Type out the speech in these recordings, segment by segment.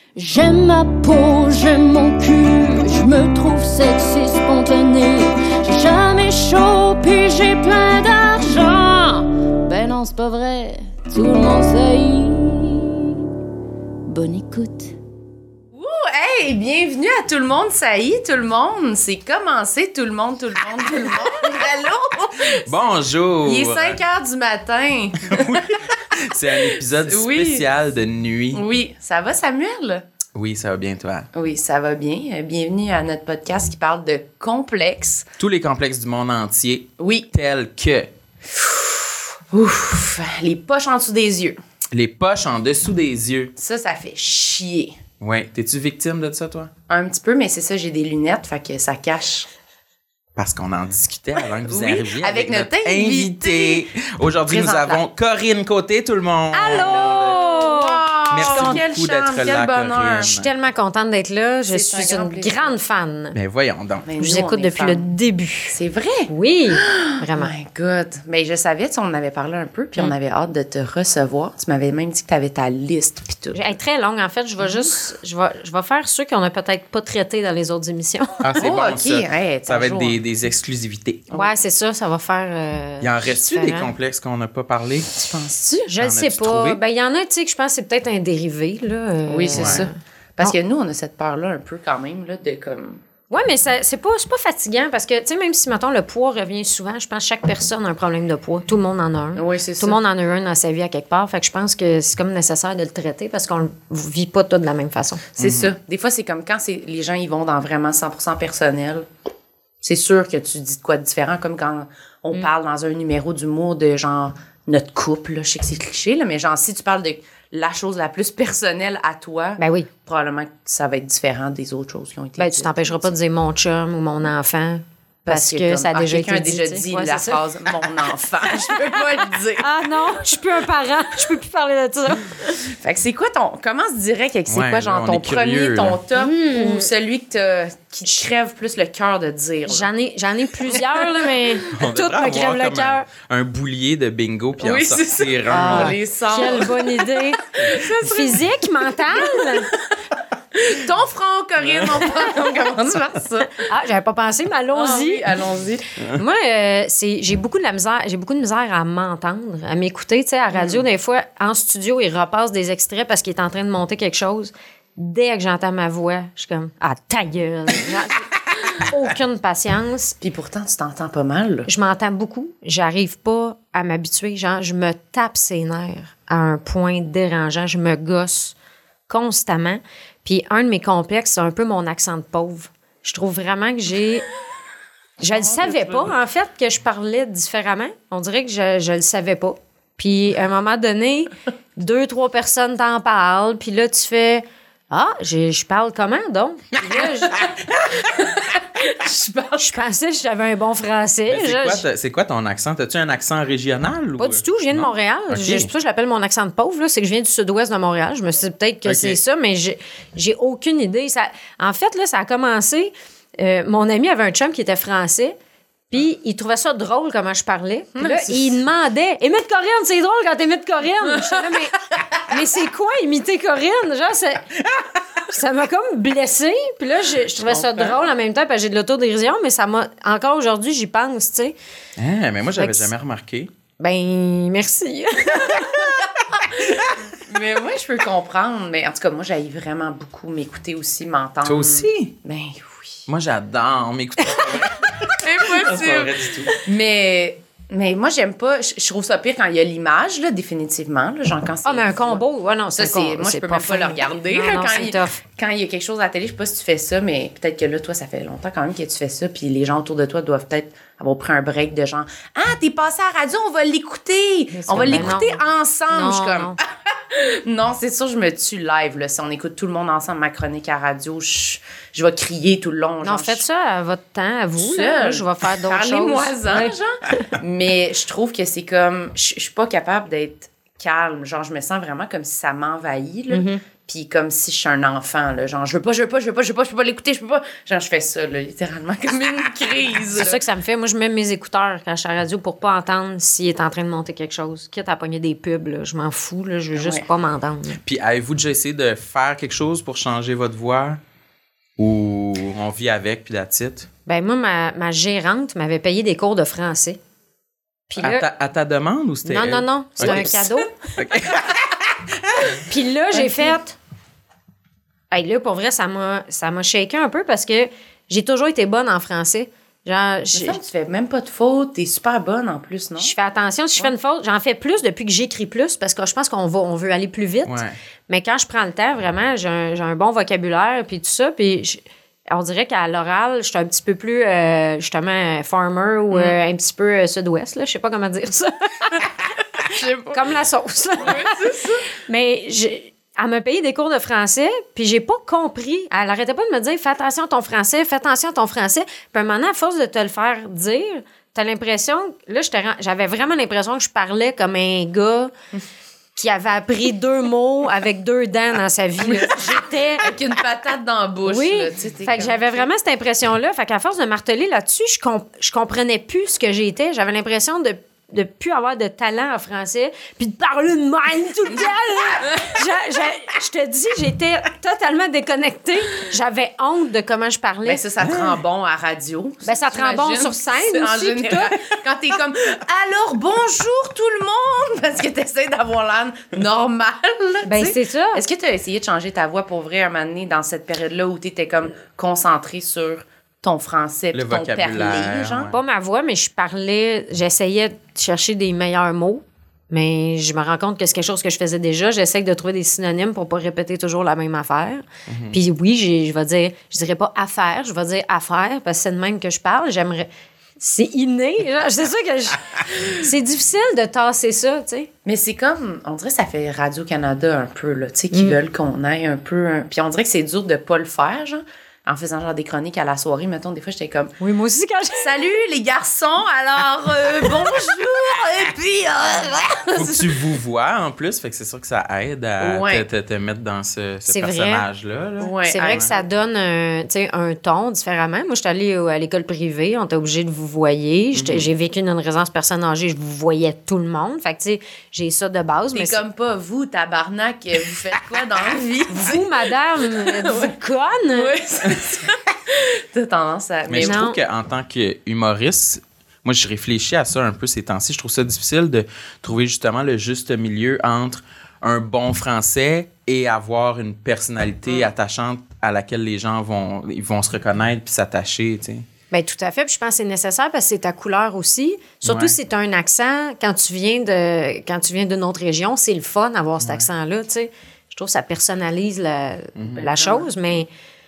J'aime ma peau, j'aime mon cul, je me trouve sexy spontané. J'ai jamais chaud, puis j'ai plein d'argent. Ben non, c'est pas vrai, tout le monde sait. Bonne écoute. Hey, bienvenue à Tout le monde, ça y est, tout le monde. C'est commencé, tout le monde. Allô? Bonjour! Il est 5h du matin. Oui. C'est un épisode spécial de nuit. Oui, ça va, Samuel? Oui, ça va bien, toi? Oui, ça va bien. Bienvenue à notre podcast qui parle de complexes. Tous les complexes du monde entier. Oui. Tels que... Ouf, les poches en dessous des yeux. Les poches en dessous des yeux. Ça fait chier. Ouais. T'es-tu victime de ça, toi? Un petit peu, mais c'est ça, j'ai des lunettes, fait que ça cache. Parce qu'on en discutait avant que vous Oui, arriviez avec notre invité. Aujourd'hui, nous avons Corinne Côté, tout le monde. Allô! Merci beaucoup d'être là, Corinne. Je suis tellement contente d'être là. Je C'est suis un grand une plaisir. grande fan. Mais voyons donc. Ben, Je nous, vous écoute on est depuis le fans. début. C'est vrai? Oui, Oh vraiment. my God. Mais je savais, tu sais, on en avait parlé un peu, puis on avait hâte de te recevoir. Tu m'avais même dit que tu avais ta liste, puis tout. Elle est très longue. En fait, je vais faire ceux qu'on n'a peut-être pas traités dans les autres émissions. Ah, c'est Oh, bon, OK. ça. Hey, Ça va être toujours. des exclusivités. Ouais, c'est ça va faire. Il en reste-tu des différent. complexes qu'on n'a pas parlé? Tu penses-tu? Je ne En sais as-tu pas. trouvé? Ben, il y en a, tu sais, que je pense que c'est peut-être un dérivé, là. Oui, c'est Ouais. ça. Parce que nous, on a cette peur-là un peu quand même, là, de comme... Ouais, mais c'est pas fatigant parce que, tu sais, même si, mettons, le poids revient souvent, je pense que chaque personne a un problème de poids. Tout le monde en a un. Oui, c'est ça. Tout le monde en a un dans sa vie à quelque part. Fait que je pense que c'est comme nécessaire de le traiter parce qu'on le vit pas tous de la même façon. C'est ça. Des fois, c'est comme quand les gens, ils vont dans vraiment 100% personnel. C'est sûr que tu dis de quoi de différent, comme quand on parle dans un numéro d'humour de genre notre couple, là. Je sais que c'est cliché, là, mais genre si tu parles de la chose la plus personnelle à toi, Ben oui. probablement que ça va être différent des autres choses qui ont été Ben, dites. tu t'empêcheras pas de dire mon chum ou mon enfant parce que comme, ça a déjà quelqu'un été a déjà tu sais. dit Ouais, la c'est ça. phrase « mon enfant », je peux pas le dire. Ah non, je suis plus un parent, je peux plus parler de ça. Fait que c'est quoi commence direct avec c'est Ouais, quoi, là, genre on ton est curieux, premier, ton là. top ou celui qui te crève plus le cœur de dire. là? J'en ai plusieurs, là, mais On toutes devrait me crèvent avoir le comme cœur. un boulier de bingo puis Oui, en c'est ça. sortir un. On les sort. Quelle bonne idée. Physique, mentale. Ton front, Corinne, on commence par ça. Ah, j'avais pas pensé, mais allons-y. Ah oui, allons-y. Moi, j'ai beaucoup de misère à m'entendre, à m'écouter. Tu sais, à radio, des fois, en studio, il repasse des extraits parce qu'il est en train de monter quelque chose. Dès que j'entends ma voix, je suis comme « Ah, ta gueule! » J'ai aucune patience. Puis pourtant, tu t'entends pas mal, là. Je m'entends beaucoup. J'arrive pas à m'habituer. Genre, je me tape ses nerfs à un point dérangeant. Je me gosse constamment. Puis un de mes complexes, c'est un peu mon accent de pauvre. Je trouve vraiment que j'ai... Je le savais pas, en fait, que je parlais différemment. On dirait que je le savais pas. Puis, à un moment donné, 2-3 personnes t'en parlent. Puis là, tu fais... Ah, je parle comment, donc? Puis là, je pensais que j'avais un bon français. Mais c'est quoi ton accent? As-tu un accent régional? Pas du tout, je viens de Non? Montréal. Ok. C'est pour ça que je l'appelle mon accent de pauvre, là. C'est que je viens du sud-ouest de Montréal. Je me suis dit peut-être que Ok. c'est ça, mais j'ai aucune idée. En fait, là, ça a commencé... mon ami avait un chum qui était français, puis il trouvait ça drôle comment je parlais. Puis là, il demandait « Imite Corinne, c'est drôle quand t'imites Corinne! » J'étais là, mais c'est quoi imiter Corinne? Genre, ça m'a comme blessée. Puis là, je trouvais ça drôle en même temps, parce que j'ai de l'autodérision, mais ça m'a... Encore aujourd'hui, j'y pense, tu sais. Ah, mais moi, j'avais Fait que jamais remarqué. Ben, merci. Mais moi, je peux comprendre. Mais en tout cas, moi, j'aille vraiment beaucoup m'écouter aussi, m'entendre. Toi aussi? Ben oui. Moi, j'adore m'écouter. C'est pas vrai du tout. Mais moi, j'aime pas... Je trouve ça pire quand il y a l'image, là, définitivement. Là, genre quand c'est... Ah, mais un combo, ouais, non, Ça, c'est moi, je peux même pas le regarder. Non, là, non, quand, c'est tough. quand il y a quelque chose à la télé, je sais pas si tu fais ça, mais peut-être que là, toi, ça fait longtemps quand même que tu fais ça, puis les gens autour de toi doivent peut-être avoir pris un break de genre « Ah, t'es passé à la radio, on va l'écouter! On va Ben l'écouter non. ensemble! » Non, Je suis comme... non. Non, c'est sûr, je me tue live. Là. Si on écoute tout le monde ensemble ma chronique à radio, je vais crier tout le long. Non, genre, faites ça à votre temps, à vous. Seul. Là. Moi, je vais faire d'autres choses. Parlez-moi-en, Ouais. genre. Mais je trouve que c'est comme... Je suis pas capable d'être calme. Genre, je me sens vraiment comme si ça m'envahit, là. Puis comme si je suis un enfant, là, genre, je peux pas l'écouter, je peux pas. Genre, je fais ça, là, littéralement, comme une crise. C'est ça que ça me fait. Moi, je mets mes écouteurs quand je suis à la radio pour pas entendre s'il est en train de monter quelque chose. Quitte à pogner des pubs, là, je m'en fous, là, je veux juste pas m'entendre. Puis avez-vous déjà essayé de faire quelque chose pour changer votre voix? Ou on vit avec, puis that's it? Ben moi, ma gérante m'avait payé des cours de français. Puis là, à ta demande ou c'était elle? Non. C'était Okay. un cadeau. Puis là, j'ai fait... Hey, là, pour vrai, ça m'a shaké un peu parce que j'ai toujours été bonne en français. Genre, Tu fais même pas de faute, t'es super bonne en plus, non? je fais attention. Si je fais une faute, j'en fais plus depuis que j'écris plus parce que je pense on veut aller plus vite. Ouais. Mais quand je prends le temps, vraiment, j'ai un bon vocabulaire puis tout ça. Puis on dirait qu'à l'oral, je suis un petit peu plus, justement, farmer ou un petit peu sud-ouest. Là. Je sais pas comment dire ça. Comme la sauce. c'est ça. Mais elle m'a payé des cours de français, puis j'ai pas compris. Elle arrêtait pas de me dire « Fais attention à ton français, fais attention à ton français. » Puis à un moment donné, à force de te le faire dire, t'as l'impression... Là, j'avais vraiment l'impression que je parlais comme un gars qui avait appris 2 mots avec 2 dents dans sa vie. Là. J'étais... Avec une patate dans la bouche. Oui, là, tu sais, fait que j'avais vraiment cette impression-là. Fait qu'à force de marteler là-dessus, je comprenais plus ce que j'étais. J'avais l'impression de plus avoir de talent en français, puis de parler de même tout le temps. Je te dis, j'étais totalement déconnectée. J'avais honte de comment je parlais. Ben ça te rend bon à radio. Ben, ça te rend bon j'imagine. sur scène En aussi, général, quand t'es comme « Alors, bonjour tout le monde! » Parce que t'essaies d'avoir l'air normal. Ben, tu sais. c'est ça. Est-ce que t'as essayé de changer ta voix pour vrai un moment donné dans cette période-là où t'étais comme concentrée sur ton français Le puis ton vocabulaire, parler, genre? ouais. Pas ma voix, mais j'essayais de chercher des meilleurs mots. Mais je me rends compte que c'est quelque chose que je faisais déjà. J'essaie de trouver des synonymes pour pas répéter toujours la même affaire. Puis oui, je dirais pas affaire, je vais dire affaire parce que c'est de même que je parle. C'est inné. C'est sûr que c'est difficile de tasser ça, tu sais. Mais c'est comme, on dirait que ça fait Radio-Canada un peu, là, tu sais, qui veulent qu'on aille un peu... Puis on dirait que c'est dur de pas le faire, genre. En faisant genre des chroniques à la soirée, mettons, des fois, j'étais comme... Oui, moi aussi, quand Salut les garçons, alors bonjour, et puis... Faut que tu vous vois en plus, fait que c'est sûr que ça aide à Ouais. te mettre dans ce C'est vrai. personnage-là. Là. Ouais, c'est vrai que ça donne un ton différemment. Moi, je suis allée à l'école privée, on était obligé de vous voyer. J'ai vécu dans une résidence personne âgée, je vous voyais tout le monde. Fait que, tu sais, j'ai ça de base. T'es Mais comme pas vous, tabarnak, vous faites quoi dans la vie? vous, madame, êtes-vous conne? Oui, c'est ça. T'as tendance à... Mais je non. trouve qu'en tant qu'humoriste, moi, je réfléchis à ça un peu ces temps-ci. Je trouve ça difficile de trouver justement le juste milieu entre un bon français et avoir une personnalité attachante à laquelle les gens vont se reconnaître puis s'attacher, tu sais. Bien, tout à fait. Puis je pense que c'est nécessaire parce que c'est ta couleur aussi. Surtout Ouais. si tu as un accent, quand tu viens d'une autre région, c'est le fun d'avoir cet accent-là, tu sais. Je trouve que ça personnalise la chose, mais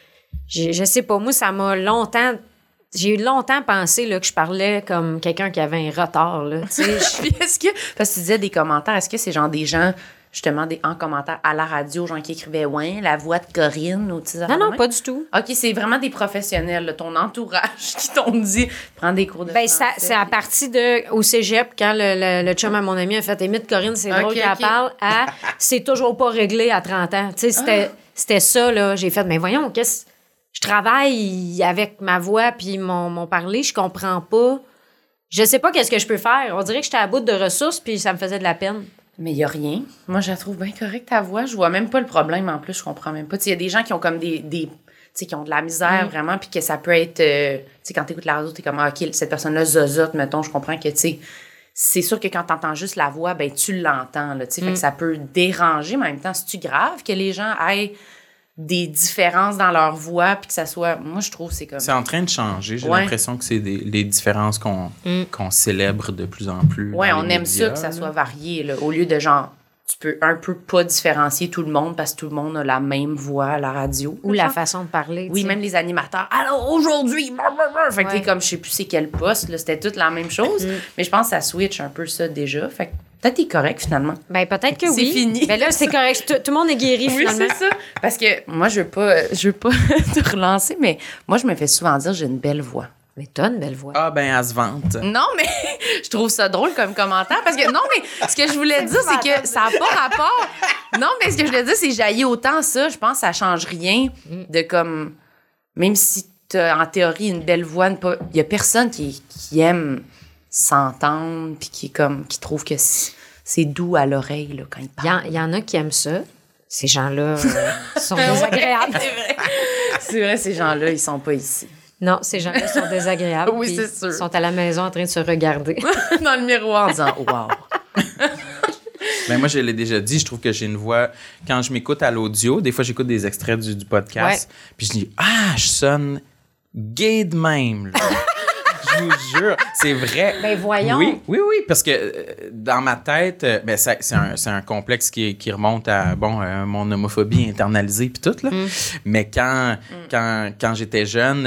je sais pas. Moi, ça m'a longtemps... J'ai eu longtemps pensé là, que je parlais comme quelqu'un qui avait un retard, là, tu sais. Puis est-ce que... Parce que tu disais des commentaires, est-ce que c'est genre des gens, justement, en commentaire à la radio, genre qui écrivaient « Ouais, la voix de Corinne » ou tu sais... Non, pas du tout. OK, c'est vraiment des professionnels, là, ton entourage qui t'ont dit « Prends des cours de Ben, français. » c'est à partir au cégep, quand le chum à mon ami a fait « Émite, Corinne, c'est drôle Ok, qu'elle ok. parle », à « C'est toujours pas réglé à 30 ans ». Tu sais, c'était ça, là. J'ai fait « Mais voyons, je travaille avec ma voix puis mon parler, je comprends pas. Je sais pas qu'est-ce que je peux faire. On dirait que j'étais à bout de ressources puis ça me faisait de la peine. » Mais il y a rien. Moi, je la trouve bien correcte, ta voix. Je vois même pas le problème, en plus, je comprends même pas. Il y a des gens qui ont comme des tu sais, qui ont de la misère, vraiment, puis que ça peut être... tu sais, quand t'écoutes la radio, t'es comme, ah, OK, cette personne-là zozote, mettons, je comprends que, tu sais... C'est sûr que quand t'entends juste la voix, ben tu l'entends, là, tu sais. Fait que ça peut déranger, mais en même temps, c'est-tu grave que les gens aient des différences dans leur voix, puis que ça soit... Moi, je trouve que c'est comme... C'est en train de changer. J'ai Ouais. l'impression que c'est les différences qu'on célèbre de plus en plus. Ouais, dans on les aime médias, ça, que ça là. soit varié, là. Au lieu de genre, tu peux un peu pas différencier tout le monde parce que tout le monde a la même voix à la radio. Ou genre. la façon de parler. Oui, tu sais. même les animateurs. Alors aujourd'hui, fait que Ouais. t'es comme, je sais plus c'est quel poste, là, c'était toute la même chose. Mais je pense que ça switch un peu ça déjà. Fait que peut-être t'es correct finalement. Ben, peut-être que C'est oui. fini. Ben là, c'est correct. Tout le monde est guéri, Oui, finalement. c'est ça. Parce que moi, je veux pas te relancer, mais moi, je me fais souvent dire que j'ai une belle voix. Mais t'as une belle voix. Ah, ben, elle se vante. Non, mais je trouve ça drôle comme commentaire parce que, non, mais ce que je voulais dire, c'est que ça n'a pas rapport. Non, mais ce que je voulais dire, c'est que j'haïs autant ça. Je pense que ça change rien de comme, même si t'as en théorie une belle voix, il y a personne qui aime s'entendre puis qui trouve que c'est doux à l'oreille là, quand il parle. Il y en a qui aiment ça. Ces gens-là sont désagréables. C'est vrai. C'est vrai, ces gens-là, ils sont pas ici. Non, ces gens-là sont désagréables. Oui, puis c'est sûr. Ils sont à la maison en train de se regarder. Dans le miroir en disant « Wow! » Ben moi, je l'ai déjà dit, je trouve que j'ai une voix... Quand je m'écoute à l'audio, des fois, j'écoute des extraits du podcast, puis je dis « Ah, je sonne gay de même! » Je vous jure, c'est vrai. Ben voyons. Oui, parce que dans ma tête, ben c'est un complexe qui remonte à mon homophobie internalisée puis tout là. Mais quand j'étais jeune,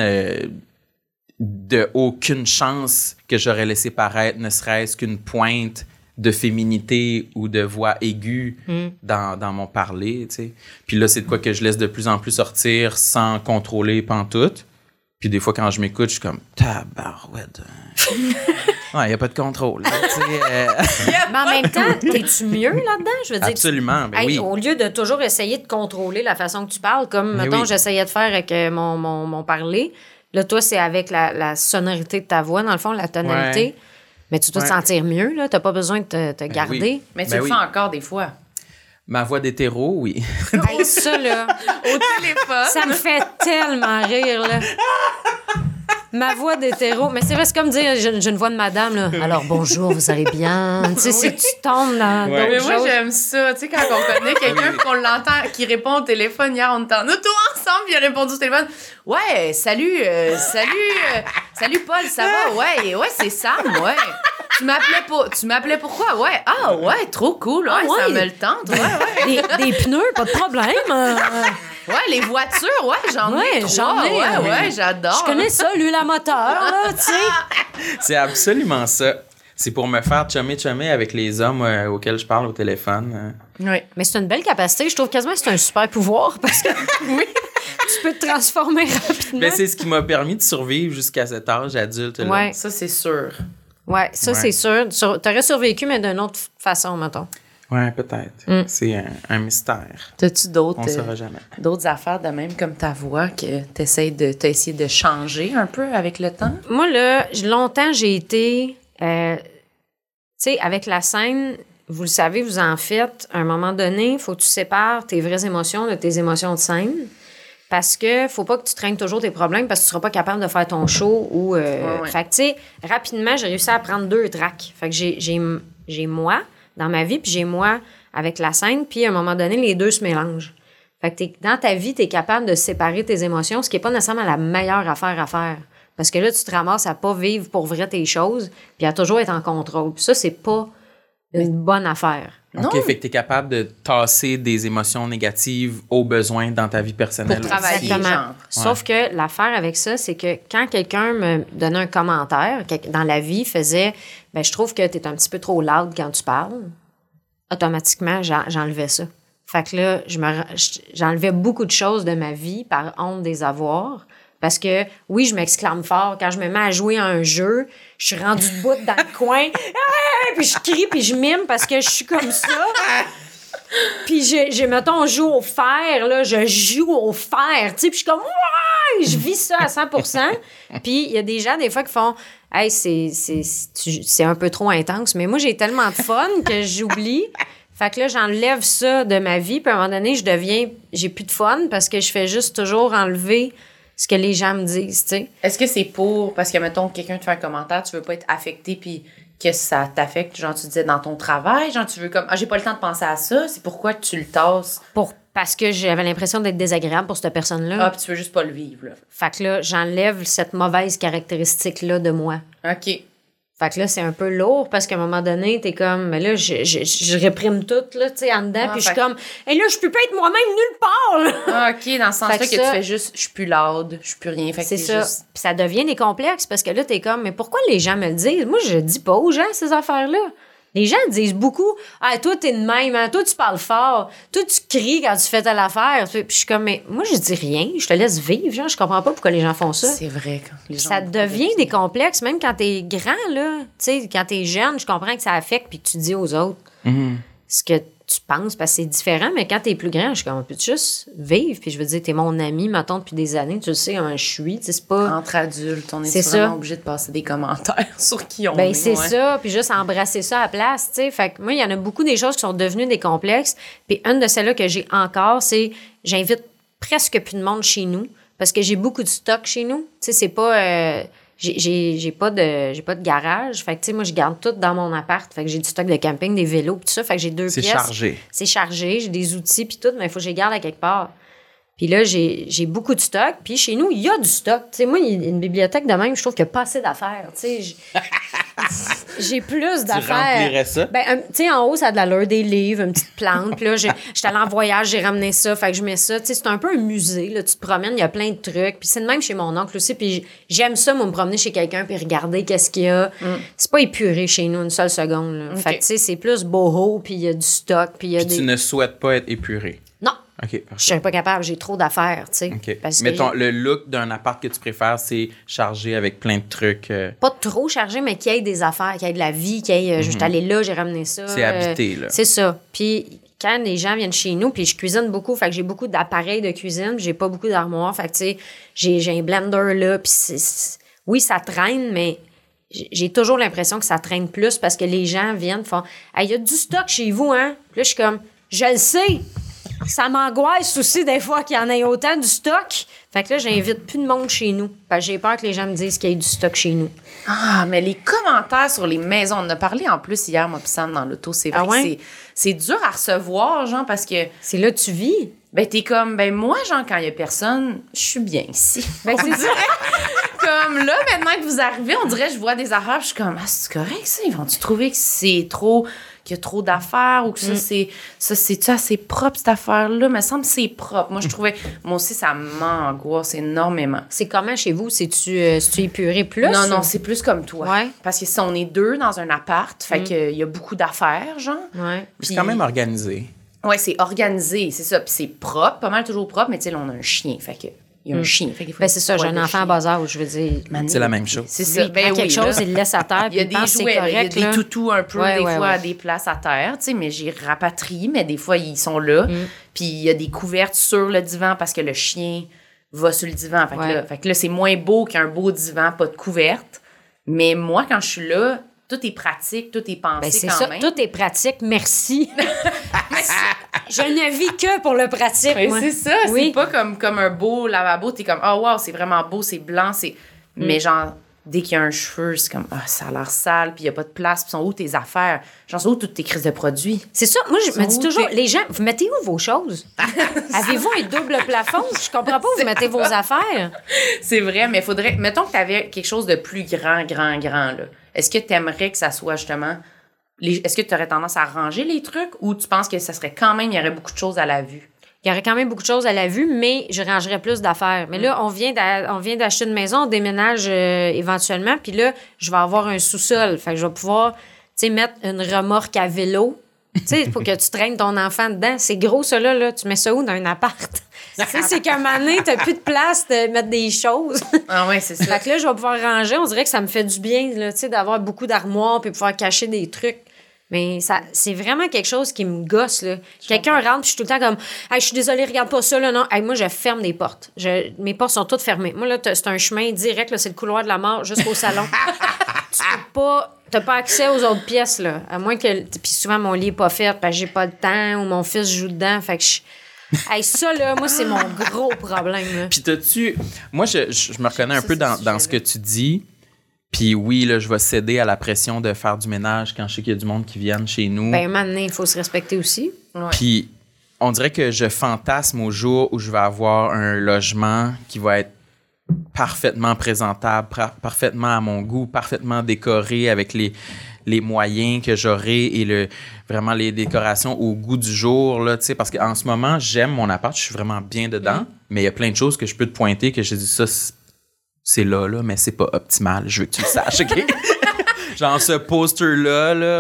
de aucune chance que j'aurais laissé paraître ne serait-ce qu'une pointe de féminité ou de voix aiguë dans mon parler, tu sais. Puis là, c'est de quoi que je laisse de plus en plus sortir sans contrôler pantoute. Puis des fois, quand je m'écoute, je suis comme « Tabarouette! » Ouais, il n'y a pas de contrôle. Là, Mais en même temps, t'es-tu mieux là-dedans? Je veux dire, absolument, ben oui. Au lieu de toujours essayer de contrôler la façon que tu parles, comme, Mais mettons, oui. j'essayais de faire avec mon parler, là, toi, c'est avec la sonorité de ta voix, dans le fond, la tonalité. Ouais. Mais tu dois te sentir mieux, là. T'as pas besoin de te garder. oui. Mais tu Ben le oui. fais encore des fois. Ma voix d'hétéro, oui. Hey, ça, là, Au téléphone. ça me fait tellement rire, là. Ma voix d'hétéro. Mais c'est vrai, c'est comme dire, j'ai une voix de madame, là. Alors, bonjour, vous allez bien? Tu sais, si tu tombes dans Ouais. Mais d'autres moi, choses. j'aime ça. Tu sais, quand on connaît quelqu'un qu'on l'entend, qui répond au téléphone, hier, on était en auto ensemble, puis il a répondu au téléphone. Ouais, salut Paul, ça va? Ouais, c'est Sam, ouais. Tu m'appelais pourquoi? Ouais. Ah, ouais, trop cool. Ouais, ça me le tente. Ouais. Des pneus, pas de problème. Ouais, les voitures, ouais, j'en ai trois. j'en ai. Ouais, j'adore. Je connais ça, l'huile à moteur, là, tu sais. C'est absolument ça. C'est pour me faire chummer avec les hommes auxquels je parle au téléphone. Oui. Mais c'est une belle capacité. Je trouve quasiment que c'est un super pouvoir parce que tu peux te transformer rapidement. Ben, c'est ce qui m'a permis de survivre jusqu'à cet âge adulte. Là. Ouais. Ça, c'est sûr. Ouais, ça, Ouais. c'est sûr. T'aurais survécu, mais d'une autre façon, mettons. Ouais, peut-être. C'est un mystère. T'as-tu On ne saura jamais. d'autres affaires de même comme ta voix que t'as essayé de changer un peu avec le temps? Moi, là, longtemps, j'ai été... tu sais, avec la scène, vous le savez, vous en faites. À un moment donné, il faut que tu sépares tes vraies émotions de tes émotions de scène. Parce que faut pas que tu traînes toujours tes problèmes parce que tu seras pas capable de faire ton show. Ou, Fait que, tu sais, rapidement, j'ai réussi à prendre 2 tracks. Fait que j'ai moi dans ma vie, puis j'ai moi avec la scène, puis à un moment donné, les deux se mélangent. Fait que dans ta vie, tu es capable de séparer tes émotions, ce qui n'est pas nécessairement la meilleure affaire à faire. Parce que là, tu te ramasses à pas vivre pour vrai tes choses, puis à toujours être en contrôle. Puis ça, c'est pas une bonne affaire. OK, fait que tu es capable de tasser des émotions négatives aux besoins dans ta vie personnelle. Pour travailler. aussi. Exactement. genre. Sauf que l'affaire avec ça, c'est que quand quelqu'un me donnait un commentaire, dans la vie, faisait « ben je trouve que tu es un petit peu trop loud quand tu parles », automatiquement, j'enlevais ça. Fait que là, j'enlevais beaucoup de choses de ma vie par honte des avoirs. Parce que, oui, je m'exclame fort. Quand je me mets à jouer à un jeu, je suis rendue debout dans le coin. Puis je crie, puis je mime parce que je suis comme ça. Puis mettons, on joue au fer, là. Je joue au fer, tu sais. Puis je suis comme, ouais! Je vis ça à 100%. Puis il y a des gens, des fois, qui font, hey, c'est un peu trop intense. Mais moi, j'ai tellement de fun que j'oublie. Fait que là, j'enlève ça de ma vie. Puis à un moment donné, j'ai plus de fun parce que je fais juste toujours enlever ce que les gens me disent, tu sais. Est-ce que c'est parce que, mettons, quelqu'un te fait un commentaire, tu veux pas être affecté, puis que ça t'affecte, genre, tu disais, dans ton travail, genre, tu veux comme, j'ai pas le temps de penser à ça, c'est pourquoi tu le tasses? Parce que j'avais l'impression d'être désagréable pour cette personne-là. Puis tu veux juste pas le vivre, là. Fait que là, j'enlève cette mauvaise caractéristique-là de moi. OK. Fait que là, c'est un peu lourd parce qu'à un moment donné, t'es comme, mais là, je réprime tout, là, tu sais, en dedans, puis je suis comme, et là, je peux pas être moi-même nulle part, là. OK, dans ce sens-là Fait que que ça- tu fais juste, je suis plus loud, je suis plus rien. Fait que C'est t'es ça. juste... Puis ça devient des complexes parce que là, t'es comme, mais pourquoi les gens me le disent? Moi, je dis pas aux gens ces affaires-là. Les gens disent beaucoup « Ah, toi, t'es de même, hein? Toi, tu parles fort. Toi, tu cries quand tu fais telle affaire. » Puis je suis comme « Mais moi, je dis rien. Je te laisse vivre. Genre, je comprends pas pourquoi les gens font ça. » C'est vrai. Quand les gens Ça devient des complexes, même quand t'es grand, là. Tu sais, quand t'es jeune, je comprends que ça affecte puis que tu dis aux autres ce que tu penses parce que c'est différent, mais quand t'es plus grand, je suis comme, peux-tu juste vivre? Puis je veux dire, t'es mon ami, mettons, depuis des années, tu le sais comment je suis, tu sais, c'est pas... Entre adultes, on est C'est vraiment ça. obligé de passer des commentaires sur qui on Ben est. c'est ouais. ça, puis juste embrasser ça à la place, tu sais. Fait que moi, il y en a beaucoup des choses qui sont devenues des complexes, puis une de celles-là que j'ai encore, c'est j'invite presque plus de monde chez nous parce que j'ai beaucoup de stock chez nous. Tu sais, c'est pas... j'ai pas de garage. Fait que, tu sais, moi, je garde tout dans mon appart. Fait que j'ai du stock de camping, des vélos, tout ça. Fait que j'ai 2 C'est pièces. chargé. C'est chargé. J'ai des outils, puis tout, mais il faut que je les garde à quelque part. Puis là, j'ai beaucoup de stock. Puis chez nous, il y a du stock. Tu sais, moi, une bibliothèque de même, je trouve qu'il n'y a pas assez d'affaires. Tu sais, j'ai plus Tu d'affaires. remplirais ça? Ben, tu sais, en haut, ça a de l'allure des livres, une petite plante. Puis là, j'étais allée en voyage, j'ai ramené ça. Fait que je mets ça. Tu sais, c'est un peu un musée. Là. Tu te promènes, il y a plein de trucs. Puis c'est de même chez mon oncle aussi. Puis j'aime ça, moi, me promener chez quelqu'un puis regarder qu'est-ce qu'il y a. C'est pas épuré chez nous une seule seconde. Là. Fait que, tu sais, c'est plus boho, puis il y a du stock. Puis il y a Puis des... tu ne souhaites pas être épuré. Non. OK, Je parfait. suis pas capable, j'ai trop d'affaires, tu sais. OK. Parce Mais que le look d'un appart que tu préfères, c'est chargé avec plein de trucs. pas trop chargé, mais qu'il y ait des affaires, qu'il y ait de la vie, qu'il y ait... Je suis allée là, j'ai ramené ça. C'est habité, là. C'est ça. Puis quand les gens viennent chez nous, puis je cuisine beaucoup, fait que j'ai beaucoup d'appareils de cuisine, puis j'ai pas beaucoup d'armoires, fait que, tu sais, j'ai un blender là, puis oui, ça traîne, mais... J'ai toujours l'impression que ça traîne plus parce que les gens viennent font « Hey, il y a du stock chez vous, hein? » Puis là, je suis comme « Je le sais! » Ça m'angoisse aussi des fois qu'il y en ait autant du stock. Fait que là, j'invite plus de monde chez nous. Parce que j'ai peur que les gens me disent qu'il y ait du stock chez nous. Ah, mais les commentaires sur les maisons, on en a parlé en plus hier, moi, pis Sam, dans l'auto. C'est vrai Ah ouais? que c'est dur à recevoir, genre, parce que, C'est là que tu vis. ben, t'es comme, ben, moi, genre, quand il y a personne, je suis bien ici. Ben, c'est ça. Comme là, maintenant que vous arrivez, on dirait, je vois des affaires, puis je suis comme, ah, c'est correct, ça? Ils vont-tu trouver que c'est trop, qu'il y a trop d'affaires ou que c'est-tu assez propre, cette affaire-là? Mais ça me semble que c'est propre. Moi, je trouvais, moi aussi, ça m'angoisse énormément. C'est comment chez vous? C'est-tu épuré plus? Non, non, c'est plus comme toi. Ouais. Parce que si on est 2 dans un appart, fait qu'il y a beaucoup d'affaires, genre. Ouais. C'est quand même organisé. Ouais, c'est organisé, c'est ça. Puis c'est propre, pas mal toujours propre, mais tu sais, là, on a un chien, fait que... Il y a un chien, fait qu'il faut... Ben, c'est ça, j'ai un enfant à bas âge, je veux dire. C'est la même chose. C'est Lui, ça. il prend quelque chose, là. il le laisse à terre, Il y a puis il des pense que c'est jouets, là, il y a correct. des là. toutous un peu, Ouais, des ouais, fois, ouais. à des places à terre, tu sais, mais j'ai rapatrie, mais des fois, ils sont là. Puis il y a des couvertes sur le divan parce que le chien va sur le divan. Fait que là, c'est moins beau qu'un beau divan, pas de couverte. Mais moi, quand je suis là, tout est pratique, tout est pensé Ben, c'est quand ça, même. tout est pratique, merci. Je ne vis que pour le pratique, Mais moi. c'est ça, Oui. c'est pas comme un beau lavabo, t'es comme, oh wow, c'est vraiment beau, c'est blanc, c'est... Mais genre, dès qu'il y a un cheveu, c'est comme, ah, ça a l'air sale, puis il y a pas de place, puis sont où tes affaires? Genre, sont où toutes tes crises de produits? C'est ça, moi, je me dis Où toujours, t'es- les gens, vous mettez où vos choses? Avez-vous un double plafond? Je comprends pas où vous mettez vos affaires. C'est vrai, mais faudrait... Mettons que t'avais quelque chose de plus grand, là. Est-ce que t'aimerais que ça soit justement... Est-ce que tu aurais tendance à ranger les trucs ou tu penses que ça serait quand même, il y aurait beaucoup de choses à la vue? Il y aurait quand même beaucoup de choses à la vue, mais je rangerais plus d'affaires. Mais là, on vient d'acheter une maison, on déménage éventuellement, puis là, je vais avoir un sous-sol. Fait que je vais pouvoir, tu sais, mettre une remorque à vélo. Tu sais, pour que tu traînes ton enfant dedans. C'est gros, ça, là. Tu mets ça où dans un appart? Tu sais, c'est qu'à un moment donné, t'as plus de place de mettre des choses. Ah ouais, c'est ça. Fait que là, je vais pouvoir ranger. On dirait que ça me fait du bien, là, tu sais, d'avoir beaucoup d'armoires puis pouvoir cacher des trucs. Mais ça, c'est vraiment quelque chose qui me gosse, là. Quelqu'un rentre, puis je suis tout le temps comme, hey, je suis désolée, regarde pas ça, là, non. Hey, moi, je ferme des portes. Mes portes sont toutes fermées. Moi, là, c'est un chemin direct, là, c'est le couloir de la mort jusqu'au salon. Tu peux pas, t'as pas accès aux autres pièces, là. À moins que, puis souvent, mon lit est pas fait, parce que j'ai pas le temps, ou mon fils joue dedans. Fait que hey, ça, là, moi, c'est mon gros problème, là. Puis t'as-tu... Moi, je me reconnais un peu dans ce que tu dis. Puis oui, là, je vais céder à la pression de faire du ménage quand je sais qu'il y a du monde qui vienne chez nous. Ben, maintenant, il faut se respecter aussi. Ouais. Puis on dirait que je fantasme au jour où je vais avoir un logement qui va être parfaitement présentable, parfaitement à mon goût, parfaitement décoré avec les moyens que j'aurai et vraiment les décorations au goût du jour, là, tu sais, parce qu'en ce moment, j'aime mon appart, je suis vraiment bien dedans, mais il y a plein de choses que je peux te pointer que je dis ça, c'est là, mais c'est pas optimal, je veux que tu le saches, OK? Genre ce poster-là, là,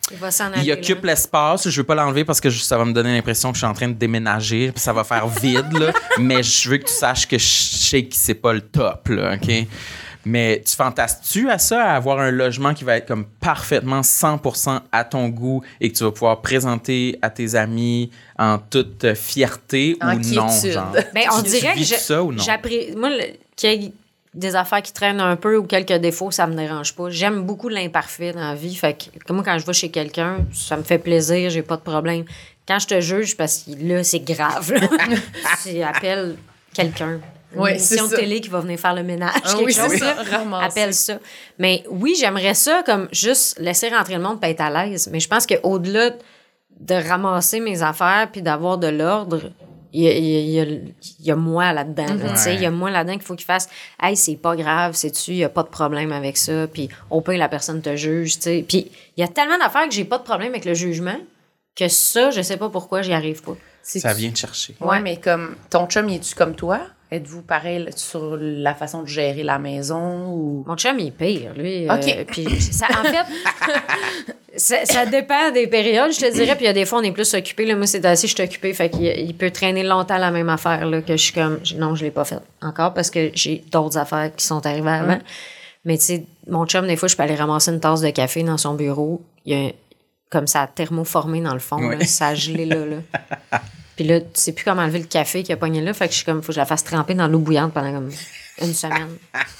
Il va s'en aller. Il occupe l'espace. Je veux pas l'enlever parce que ça va me donner l'impression que je suis en train de déménager. Puis ça va faire vide, là. Mais je veux que tu saches que je sais que c'est pas le top, là, OK? Mais tu fantasmes-tu à ça, à avoir un logement qui va être comme parfaitement 100% à ton goût et que tu vas pouvoir présenter à tes amis en toute fierté ou non? Genre? Ben, on dirait que ça ou non? moi, qu'il y ait des affaires qui traînent un peu ou quelques défauts, ça me dérange pas. J'aime beaucoup l'imparfait dans la vie. Fait que moi, quand je vais chez quelqu'un, ça me fait plaisir, j'ai pas de problème. Quand je te juge, parce que là, c'est grave. Tu appelles quelqu'un. Une émission de télé qui va venir faire le ménage. Appelle ça. Mais oui, j'aimerais ça comme juste laisser rentrer le monde et être à l'aise. Mais je pense qu'au-delà de ramasser mes affaires puis d'avoir de l'ordre, il y a moi là-dedans. Il y a moi là-dedans qu'il faut qu'il fasse « Hey, c'est pas grave, sais-tu, il n'y a pas de problème avec ça. » Puis au pire, la personne te juge. T'sais. Puis il y a tellement d'affaires que j'ai pas de problème avec le jugement que ça, je sais pas pourquoi j'y arrive pas. Ça vient te chercher. Ouais, mais comme ton chum, il est-tu comme toi? Êtes-vous pareil sur la façon de gérer la maison? Ou... Mon chum, il est pire, lui. OK. Puis ça, en fait, ça dépend des périodes, je te dirais. Puis il y a des fois, on est plus occupé. Là, moi, c'est assez, je suis occupée. Fait qu'il peut traîner longtemps la même affaire, là, que je suis comme, non, je l'ai pas faite encore parce que j'ai d'autres affaires qui sont arrivées avant. Mais tu sais, mon chum, des fois, je peux aller ramasser une tasse de café dans son bureau. Il y a comme ça thermoformé dans le fond. Là, ça a gelé là. Puis là, tu sais plus comment enlever le café qui a pogné là. Fait que je suis comme, faut que je la fasse tremper dans l'eau bouillante pendant comme une semaine.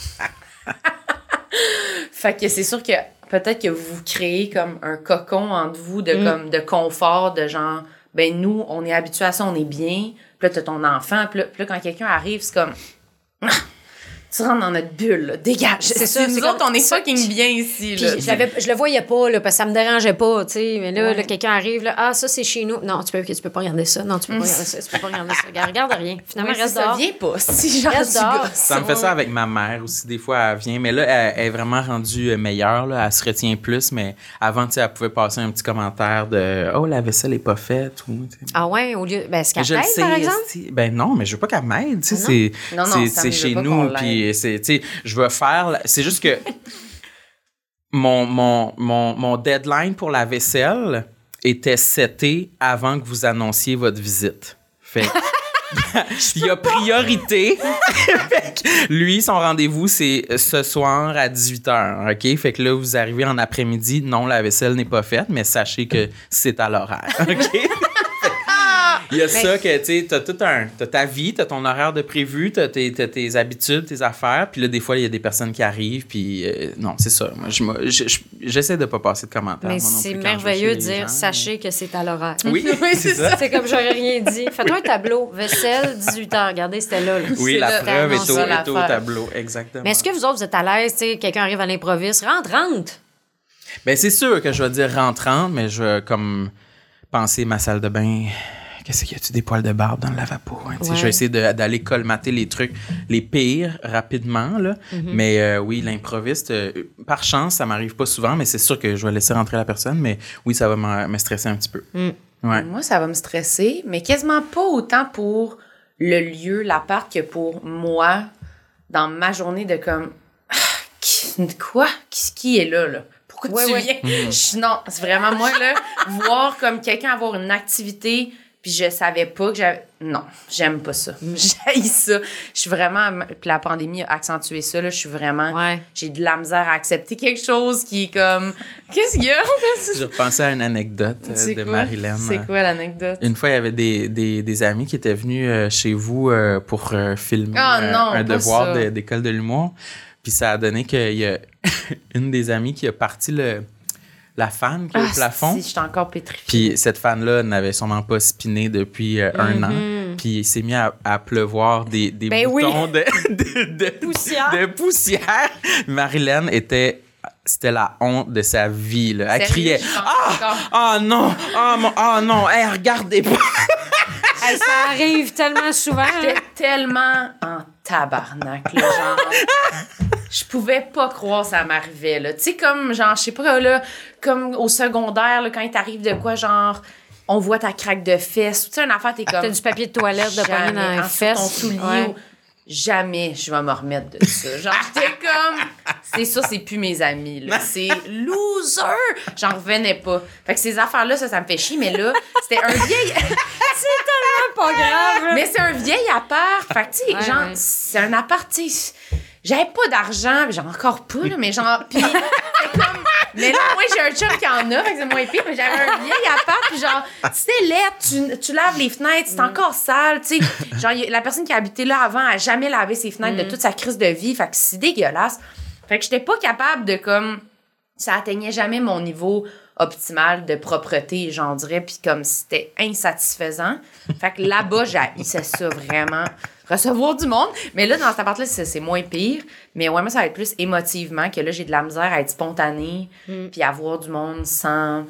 Fait que c'est sûr que peut-être que vous créez comme un cocon entre vous de comme de confort, de genre, ben nous, on est habitués à ça, on est bien. Puis là, t'as ton enfant. Puis là, quand quelqu'un arrive, c'est comme... Tu rentres dans notre bulle, là. Dégage. C'est ça. Nous autres, on est fucking bien ici, là. Je le voyais pas, là, parce que ça me dérangeait pas, tu sais. Mais là, quelqu'un arrive, là, ah, ça, c'est chez nous. Non, tu peux pas regarder ça. Non, tu peux pas regarder ça. Tu peux pas regarder ça. Regarde rien. Finalement, reste dehors. Ça vient pas. Si genre, reste dehors. Ça me fait ça avec ma mère aussi. Des fois, elle vient. Mais là, elle est vraiment rendue meilleure, là. Elle se retient plus. Mais avant, tu sais, elle pouvait passer un petit commentaire de « Oh, la vaisselle est pas faite. » Ah ouais, au lieu... Ben, est-ce qu'elle t'aide, par exemple? Ben non, mais je veux pas qu'elle m'aide. Tu sais, c'est chez nous. Puis c'est, tu sais, je veux faire... C'est juste que mon deadline pour la vaisselle était seté avant que vous annonciez votre visite. Fait il y a priorité. Lui, son rendez-vous, c'est ce soir à 18h. OK? Fait que là, vous arrivez en après-midi. Non, la vaisselle n'est pas faite, mais sachez que c'est à l'horaire. OK? Il y a ça que, tu sais, t'as ta vie, t'as ton horaire de prévu, t'as tes habitudes, tes affaires, puis là, des fois, il y a des personnes qui arrivent, puis non, c'est ça. Moi, j'essaie de pas passer de commentaires. Mais c'est merveilleux de dire, sachez que c'est à l'horaire. Oui, c'est ça. C'est comme j'aurais rien dit. Fais-toi un tableau, vaisselle, 18h. Regardez, c'était là. Oui, la preuve est au tableau, exactement. Mais est-ce que vous autres, vous êtes à l'aise, tu sais, quelqu'un arrive à l'improviste, rentre. Ben, c'est sûr que je vais dire rentrante, mais je vais comme penser ma salle de bain. Qu'est-ce qu'il y a-tu des poils de barbe dans le lavabo? Hein? Ouais. Je vais essayer d'aller colmater les trucs, les pires, rapidement. Là. Mm-hmm. Mais oui, l'improviste, par chance, ça m'arrive pas souvent, mais c'est sûr que je vais laisser rentrer la personne. Mais oui, ça va me stresser un petit peu. Mm. Ouais. Moi, ça va me stresser, mais quasiment pas autant pour le lieu, l'appart, que pour moi, dans ma journée de comme... Quoi? Qui est là? Pourquoi tu viens? Non, c'est vraiment moi, là, voir comme quelqu'un avoir une activité... Puis je savais pas que j'avais... Non, j'aime pas ça. J'haïs ça. Je suis vraiment... Puis la pandémie a accentué ça, là. Je suis vraiment... Ouais. J'ai de la misère à accepter quelque chose qui est comme... Qu'est-ce qu'il y a? Je repensais à une anecdote de Marilyn. C'est quoi l'anecdote? Une fois, il y avait des amis qui étaient venus chez vous pour filmer un devoir d'école de l'humour. Puis ça a donné qu'il y a une des amies qui a parti la fan qui est au plafond. Si, je suis encore pétrifiée. Puis cette fan-là n'avait sûrement pas spiné depuis un an. Puis il s'est mis à pleuvoir des boutons de poussière. Marilyn c'était la honte de sa vie. Là. Elle criait « Ah non! Ah non! Hey, regardez pas! » Ça arrive tellement souvent. J'étais tellement en tabarnak, là, genre... Je pouvais pas croire que ça m'arrivait, là. Tu sais, comme, genre, je sais pas, là, comme au secondaire, là, quand il t'arrive de quoi, genre, on voit ta craque de fesses. Tu sais, une affaire, t'es comme... T'as du papier de toilette de pogner dans les fesses. Ton soulier. Ouais. jamais je vais me remettre de ça. Genre, j'étais comme, c'est ça, c'est plus mes amis, là. C'est loser! J'en revenais pas. Fait que ces affaires-là, ça me fait chier, mais là, c'était un vieil... Pas grave. Mais c'est un vieil appart. Fait que, tu sais, genre, c'est un appart, tu sais, j'avais pas d'argent, j'ai encore pas, là, mais genre, pis c'est comme... Mais là, moi, j'ai un chum qui en a, fait que c'est moins pire, mais j'avais un vieil appart, puis genre, c'était laid, tu laves les fenêtres, c'est encore sale, tu sais. Genre, la personne qui habitait là avant a jamais lavé ses fenêtres de toute sa crise de vie, fait que c'est dégueulasse. Fait que j'étais pas capable de, comme, ça atteignait jamais mon niveau optimal de propreté, j'en dirais, puis comme c'était insatisfaisant. Fait que là-bas, j'haïssais ça vraiment, recevoir du monde. Mais là, dans cette appart-là, c'est moins pire. Mais ouais, moi, ça va être plus émotivement que là, j'ai de la misère à être spontanée puis à voir du monde sans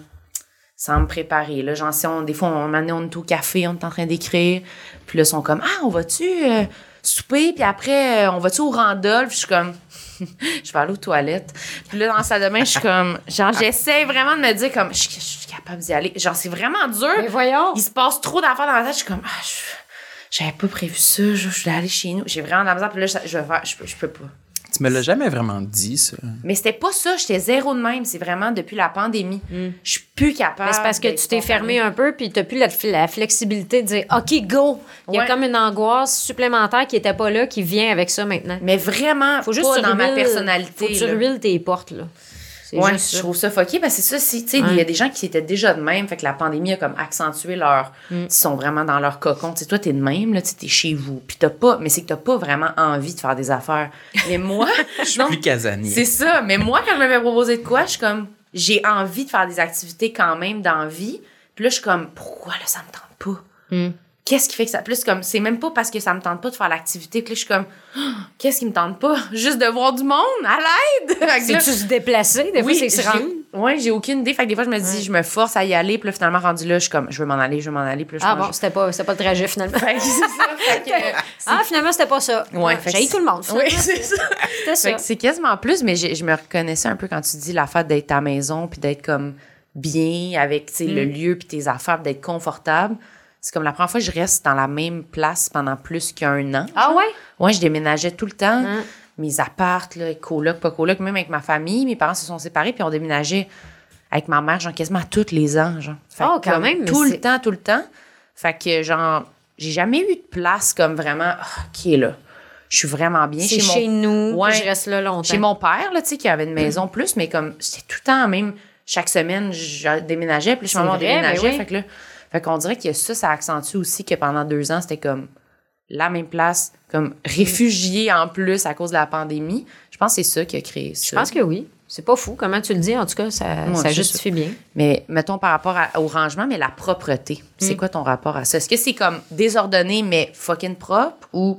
me préparer. Là, genre, si des fois, on est au café, on est en train d'écrire, puis là, ils sont comme « Ah, on va-tu souper? Puis après, on va-tu au Randolph? » Je suis comme... je vais aller aux toilettes. Puis là, dans la salle de bain, je suis comme... Genre, j'essaie vraiment de me dire comme... Je suis capable d'y aller. Genre, c'est vraiment dur. Mais voyons. Il se passe trop d'affaires dans ma tête. Je suis comme... Ah, j'avais pas prévu ça. Je vais aller chez nous. J'ai vraiment de la misère. Puis là, je peux pas. Tu me l'as jamais vraiment dit, ça. Mais c'était pas ça. J'étais zéro de même. C'est vraiment depuis la pandémie. Je suis plus capable. Mais c'est parce que tu t'es fermé un peu puis t'as plus la flexibilité de dire OK, go. Il y a comme une angoisse supplémentaire qui était pas là, qui vient avec ça maintenant. Mais vraiment, faut juste pas dans ma personnalité. Faut que tu ruiles tes portes, là. Ouais, je trouve ça fucké parce que c'est ça, tu sais, il y a des gens qui étaient déjà de même, fait que la pandémie a comme accentué leur... Ils sont vraiment dans leur cocon. Tu sais, toi, t'es de même, là, tu sais, t'es chez vous, puis t'as pas... Mais c'est que t'as pas vraiment envie de faire des affaires. Mais moi... Je suis plus casanier. C'est ça, mais moi, quand je me fais proposer de quoi, je suis comme... J'ai envie de faire des activités quand même d'envie, puis là, je suis comme, pourquoi, là, ça me tente pas? Qu'est-ce qui fait que ça... Plus comme, c'est même pas parce que ça me tente pas de faire l'activité, puis là, je suis comme, qu'est-ce qui me tente pas? Juste de voir du monde, à l'aide! C'est-tu se déplacer? Des fois, c'est se rendre. Ouais, j'ai aucune idée. Fait que des fois, je me dis, je me force à y aller, puis là, finalement, rendu là, je suis comme, je veux m'en aller. Puis là, bon, c'était pas le trajet, finalement. Fait que c'est ça. Fait que, finalement, c'était pas ça. Ouais, j'ai tout le monde. Oui, c'est ça. C'était ça. Fait que c'est quasiment plus, mais je me reconnaissais un peu quand tu dis l'affaire d'être à la maison, puis d'être comme bien avec, tu sais, le lieu, puis tes affaires, puis d'être confortable. C'est comme la première fois que je reste dans la même place pendant plus qu'1 an. Ah ouais? Ouais, je déménageais tout le temps. Mes appartes, là, coloc, pas coloc, même avec ma famille. Mes parents se sont séparés, puis on déménageait avec ma mère, genre, quasiment tous les ans, genre. Fait quand comme, même. Tout le temps. Fait que, genre, j'ai jamais eu de place comme vraiment, OK, là, je suis vraiment bien. C'est chez nous, ouais, je reste là longtemps. Chez mon père, là, tu sais, qui avait une maison plus, mais comme, c'était tout le temps, même chaque semaine, je déménageais, puis on déménageait. Oui. Fait qu'on dirait que ça accentue aussi que pendant 2 ans, c'était comme la même place, comme réfugié en plus à cause de la pandémie. Je pense que c'est ça qui a créé ça. Je pense que oui. C'est pas fou. Comment tu le dis, en tout cas, ça justifie bien. Mais mettons par rapport au rangement, mais la propreté, c'est quoi ton rapport à ça? Est-ce que c'est comme désordonné, mais fucking propre ou...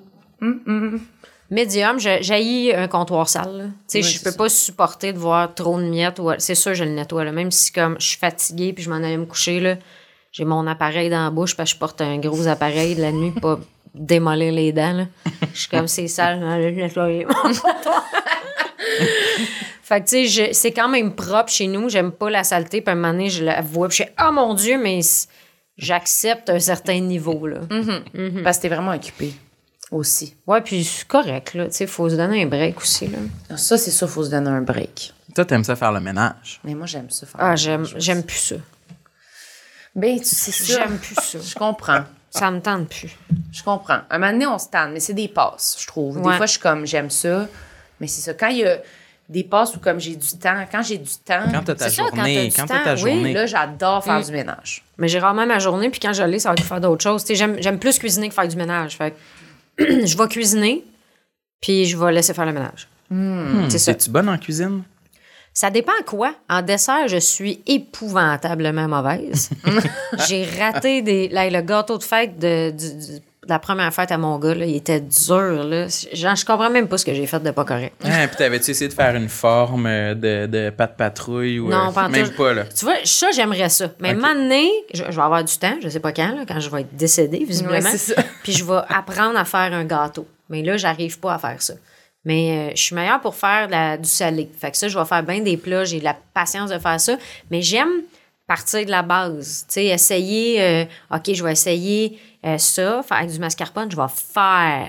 Médium, j'haïs un comptoir sale. Tu sais, je peux pas supporter de voir trop de miettes. C'est sûr, je le nettoie. Là. Même si comme je suis fatiguée puis je m'en allais me coucher, là, j'ai mon appareil dans la bouche parce que je porte un gros appareil de la nuit pour pas démolir les dents. Là. Je suis comme, c'est sale, je vais le nettoyer. Fait que, tu sais, c'est quand même propre chez nous. J'aime pas la saleté. Puis à un moment donné, je la vois. Puis je suis, oh mon Dieu, mais j'accepte un certain niveau. Là. Parce que t'es vraiment occupé aussi. Ouais, puis c'est correct. Là. Tu sais, il faut se donner un break aussi. Là. Ça, c'est ça, il faut se donner un break. Toi, t'aimes ça faire le ménage. Mais moi, j'aime ça faire le ménage. J'aime plus ça. Ben, tu sais ça. J'aime plus ça. Je comprends. Ça me tente plus. Je comprends. Un moment donné, on se tente, mais c'est des passes, je trouve. Des fois, je suis comme, j'aime ça, mais c'est ça. Quand il y a des passes où comme j'ai du temps, quand t'as ta journée, oui, là, j'adore faire du ménage. Mais j'ai rarement ma journée, puis quand je l'ai, ça va être faire d'autres choses. Tu sais, j'aime plus cuisiner que faire du ménage. Fait que je vais cuisiner, puis je vais laisser faire le ménage. C'est ça. Es-tu bonne en cuisine? Ça dépend quoi. En dessert, je suis épouvantablement mauvaise. J'ai raté le gâteau de fête de la première fête à mon gars. Là, il était dur. Là. Genre, je comprends même pas ce que j'ai fait de pas correct. Puis t'avais-tu essayé de faire une forme de pâte patrouille? Ou, non, pas même pas, là. Tu vois, ça, j'aimerais ça. Mais maintenant, je vais avoir du temps, je sais pas quand je vais être décédée, visiblement. Ouais, c'est ça. Puis je vais apprendre à faire un gâteau. Mais là, j'arrive pas à faire ça. Mais je suis meilleure pour faire du salé. Fait que ça, je vais faire bien des plats. J'ai la patience de faire ça. Mais j'aime partir de la base. Tu sais, essayer... OK, je vais essayer ça. Faire du mascarpone, je vais faire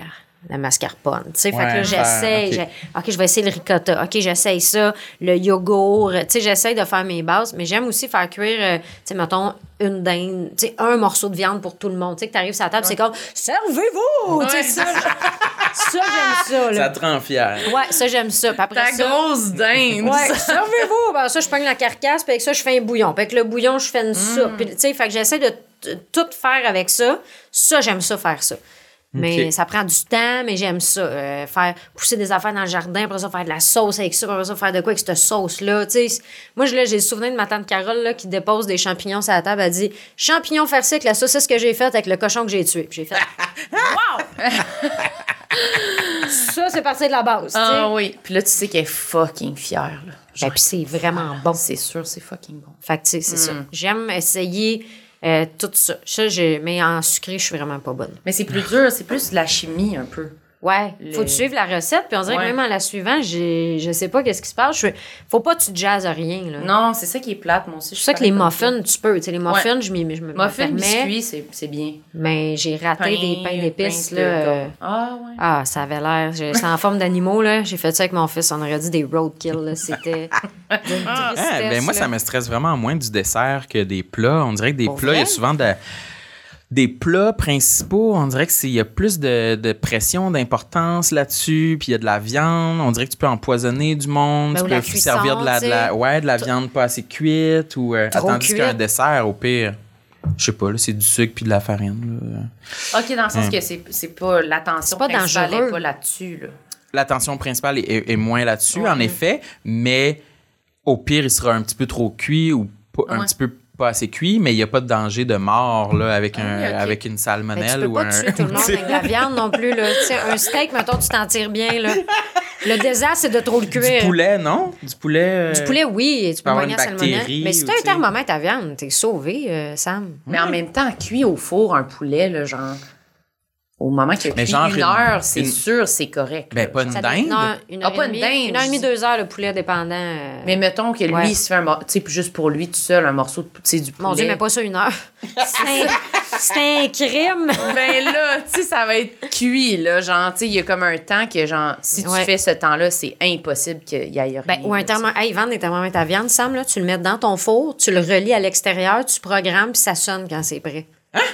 la mascarpone. Tu sais, fait Ouais, que là, j'essaie. ok. OK, je vais essayer le ricotta. OK, j'essaye ça. Le yogourt. Tu sais, j'essaie de faire mes bases. Mais j'aime aussi faire cuire, tu sais, mettons, une dinde. Tu sais, un morceau de viande pour tout le monde. Tu sais, que t'arrives sur la table, c'est comme « Servez-vous! Tu sais, ça, ça, j'aime ça. Là. Ça te rend fier. Ouais, ça, j'aime ça. Puis après Ta ça... grosse dinde. Ouais, servez-vous! Ben, ça, je prends la carcasse, puis avec ça, je fais un bouillon. Puis avec le bouillon, je fais une soupe. Puis, tu sais, fait que j'essaie de tout faire avec ça. Ça, j'aime ça, faire ça. Mais Ok. ça prend du temps, mais j'aime ça. Faire pousser des affaires dans le jardin, après ça, faire de la sauce avec ça, après ça, faire de quoi avec cette sauce-là. Tu sais, moi, j'ai le souvenir de ma tante Carole là, qui dépose des champignons sur la table. Elle dit champignons farcis avec la saucisse que j'ai faite avec le cochon que j'ai tué. Puis j'ai fait wow! Ça, c'est parti de la base. tu sais. Ah oui. Puis là, tu sais qu'elle est fucking fière. Là. Ben, puis c'est vraiment bon. C'est sûr, c'est fucking bon. Fait que, tu sais, c'est ça. J'aime essayer tout ça. Mais en sucré, je suis vraiment pas bonne. Mais c'est plus dur, c'est plus de la chimie un peu. Ouais, faut te suivre la recette, puis on dirait que Ouais. même en la suivant, je sais pas qu'est-ce qui se passe. Faut pas que tu jazzes rien, là. Non, c'est ça qui est plate, moi aussi. C'est ça que les muffins, tu peux. Tu sais, les muffins, Ouais. je me Muffins, permets, biscuits, c'est bien. mais j'ai raté des pains d'épices, pain de là. gomme. Ah ouais. Ah, ça avait l'air... C'est en forme d'animaux, là. J'ai fait ça avec mon fils. On aurait dit des roadkill, là. C'était d'une tristesse, Ben, moi, là. ça me stresse vraiment moins du dessert que des plats. On dirait que des Pour plats, il y a vrai? souvent des plats principaux. On dirait qu'il y a plus de pression, d'importance là-dessus. Puis il y a de la viande. On dirait que tu peux empoisonner du monde. Ben, ou tu la peux servir cuisson, tu sais. de la viande pas assez cuite. Trop Tandis cuite. qu'un dessert, au pire, je sais pas, là, c'est du sucre puis de la farine. Là. OK, dans le sens que c'est pas l'attention C'est pas principale dangereux. est pas là-dessus, là. L'attention principale est moins là-dessus, Ouais. en effet, mais au pire, il sera un petit peu trop cuit ou un Ouais. petit peu pas assez cuit, mais il n'y a pas de danger de mort là, avec, oui, ok. avec une Mais tu salmonelle peux ou pas un. tuer tout le monde avec de la viande non plus, là. Tu sais, un steak, mettons, tu t'en tires bien, là. Le désastre, c'est de trop le cuire. Du poulet, non? Du poulet. Du poulet, oui, tu peux avoir moigner une la salmonelle. bactérie Mais si ou, t'as un tu sais. thermomètre à viande, t'es sauvé, Sam. Mais en même temps, cuit au four un poulet, là, genre, au moment qu'il a Mais cuit genre une une- heure, c'est une- sûr, c'est correct. Ben, là, pas genre. une Ça dinde? Non, une Ah, heure pas et une demie. dinde, Une heure et demie, je 2 heures, le poulet dépendant. Mais mettons que lui, Ouais. il se fait un tu sais, juste pour lui tout seul, un morceau de, tu sais, du poulet. Mon Dieu, mais pas ça une heure. C'est un crime. Ben là, tu sais, ça va être cuit, là. Genre, tu sais, il y a comme un temps que, genre, si tu Ouais. fais ce temps-là, c'est impossible qu'il y aille rien. Ben, ou un là, tu sais. thermomètre. Hey, ils vendent des thermomètres à viande, Sam, là. Tu le mets dans ton four, tu le relis à l'extérieur, tu programmes, puis ça sonne quand c'est prêt.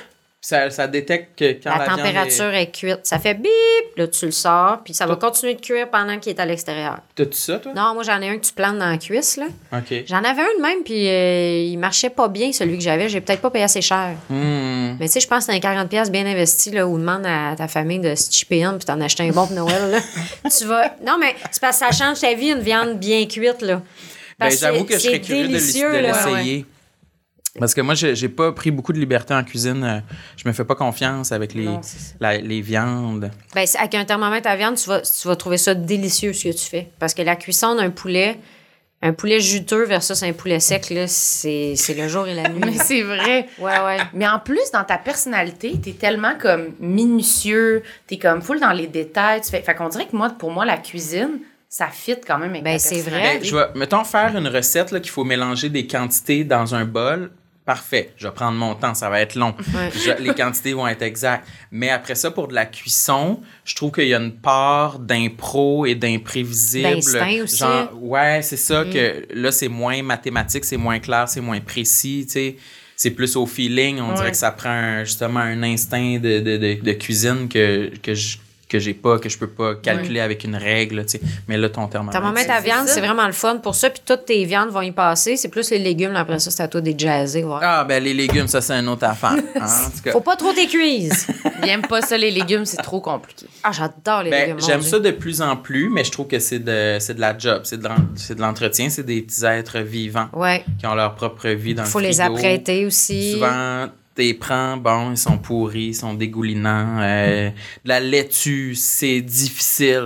Ça détecte que quand La viande température est cuite. Ça fait bip, là, tu le sors, puis ça va continuer de cuire pendant qu'il est à l'extérieur. T'as-tu ça, toi? Non, moi, j'en ai un que tu plantes dans la cuisse, là. OK. J'en avais un de même, puis il marchait pas bien, celui que j'avais. J'ai peut-être pas payé assez cher. Hmm. Mais tu sais, je pense que c'est un 40$ bien investi, là, où demande à ta famille de se chipper une, puis t'en acheter un bon pour Noël, là. Tu vas... Non, mais c'est parce que ça change ta vie, une viande bien cuite, là. Ben, Parce j'avoue que je c'est serais curieux de délicieux, là. l'essayer. Parce que moi, j'ai pas pris beaucoup de liberté en cuisine. Je me fais pas confiance avec Non, c'est ça. les viandes. Ben, avec un thermomètre à viande, tu vas trouver ça délicieux, ce que tu fais. Parce que la cuisson d'un poulet, un poulet juteux versus un poulet sec, là, c'est le jour et la nuit. Mais c'est vrai. Ouais. Mais en plus, dans ta personnalité, t'es tellement comme minutieux, t'es comme full dans les détails. Fait qu'on dirait que moi, pour moi, la cuisine, ça fit quand même avec Ben, ta c'est vrai. personnalité. Ben, je vais, mettons, faire une recette là, qu'il faut mélanger des quantités dans un bol. Parfait. Je vais prendre mon temps. Ça va être long. Ouais. Les quantités vont être exactes. Mais après ça, pour de la cuisson, je trouve qu'il y a une part d'impro et d'imprévisible. D'instinct aussi. Genre, ouais, c'est ça que là, c'est moins mathématique, c'est moins clair, c'est moins précis, tu sais. C'est plus au feeling. On dirait que ça prend justement un instinct de cuisine que j'ai pas, que je peux pas calculer avec une règle, tu sais. Mais là, ton thermomètre. Thermomètre à c'est viande, ça. c'est vraiment le fun pour ça. Puis toutes tes viandes vont y passer. C'est plus les légumes, là, après ça, c'est à toi de les jazzer. Ouais. Ah, ben les légumes, ça, c'est une autre affaire. Hein, en tout cas. Faut pas trop tes cuises. J'aime pas ça, les légumes, c'est trop compliqué. Ah, j'adore les Ben, légumes. mon j'aime Dieu. ça de plus en plus, mais je trouve que c'est de la job, c'est de l'entretien, c'est des petits êtres vivants Ouais. qui ont leur propre vie dans Faut le les frigo. apprêter aussi. Souvent, t'es prends, bon, ils sont pourris, ils sont dégoulinants. De la laitue, c'est difficile.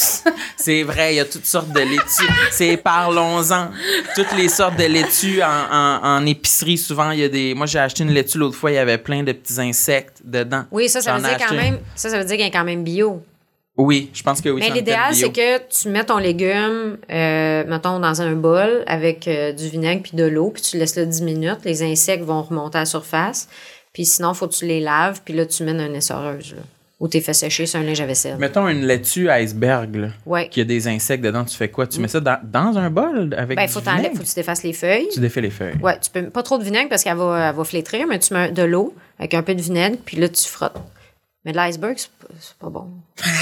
C'est vrai, il y a toutes sortes de laitue. Parlons-en. Toutes les sortes de laitue en épicerie, souvent, il y a des... Moi, j'ai acheté une laitue l'autre fois, il y avait plein de petits insectes dedans. Oui, ça J'en veut ai dire quand acheté. même. Ça veut dire qu'il y a quand même bio. Oui, je pense que oui. Mais ça en l'idéal, était c'est bio. que tu mets ton légume, mettons, dans un bol avec du vinaigre puis de l'eau, puis tu laisses là 10 minutes. Les insectes vont remonter à la surface. Puis sinon, il faut que tu les laves, puis là, tu mets dans une essoreuse. Là. ou t'es fait sécher sur un linge à vaisselle. Mettons une laitue iceberg, là, Ouais. qui a des insectes dedans, tu fais quoi? Tu mets ça dans un bol avec Ben, du faut vinaigre? que tu défasses les feuilles. Tu défais les feuilles. Ouais, tu peux pas trop de vinaigre parce qu'elle va flétrir, mais tu mets de l'eau avec un peu de vinaigre, puis là, tu frottes. Mais de l'iceberg, c'est pas bon.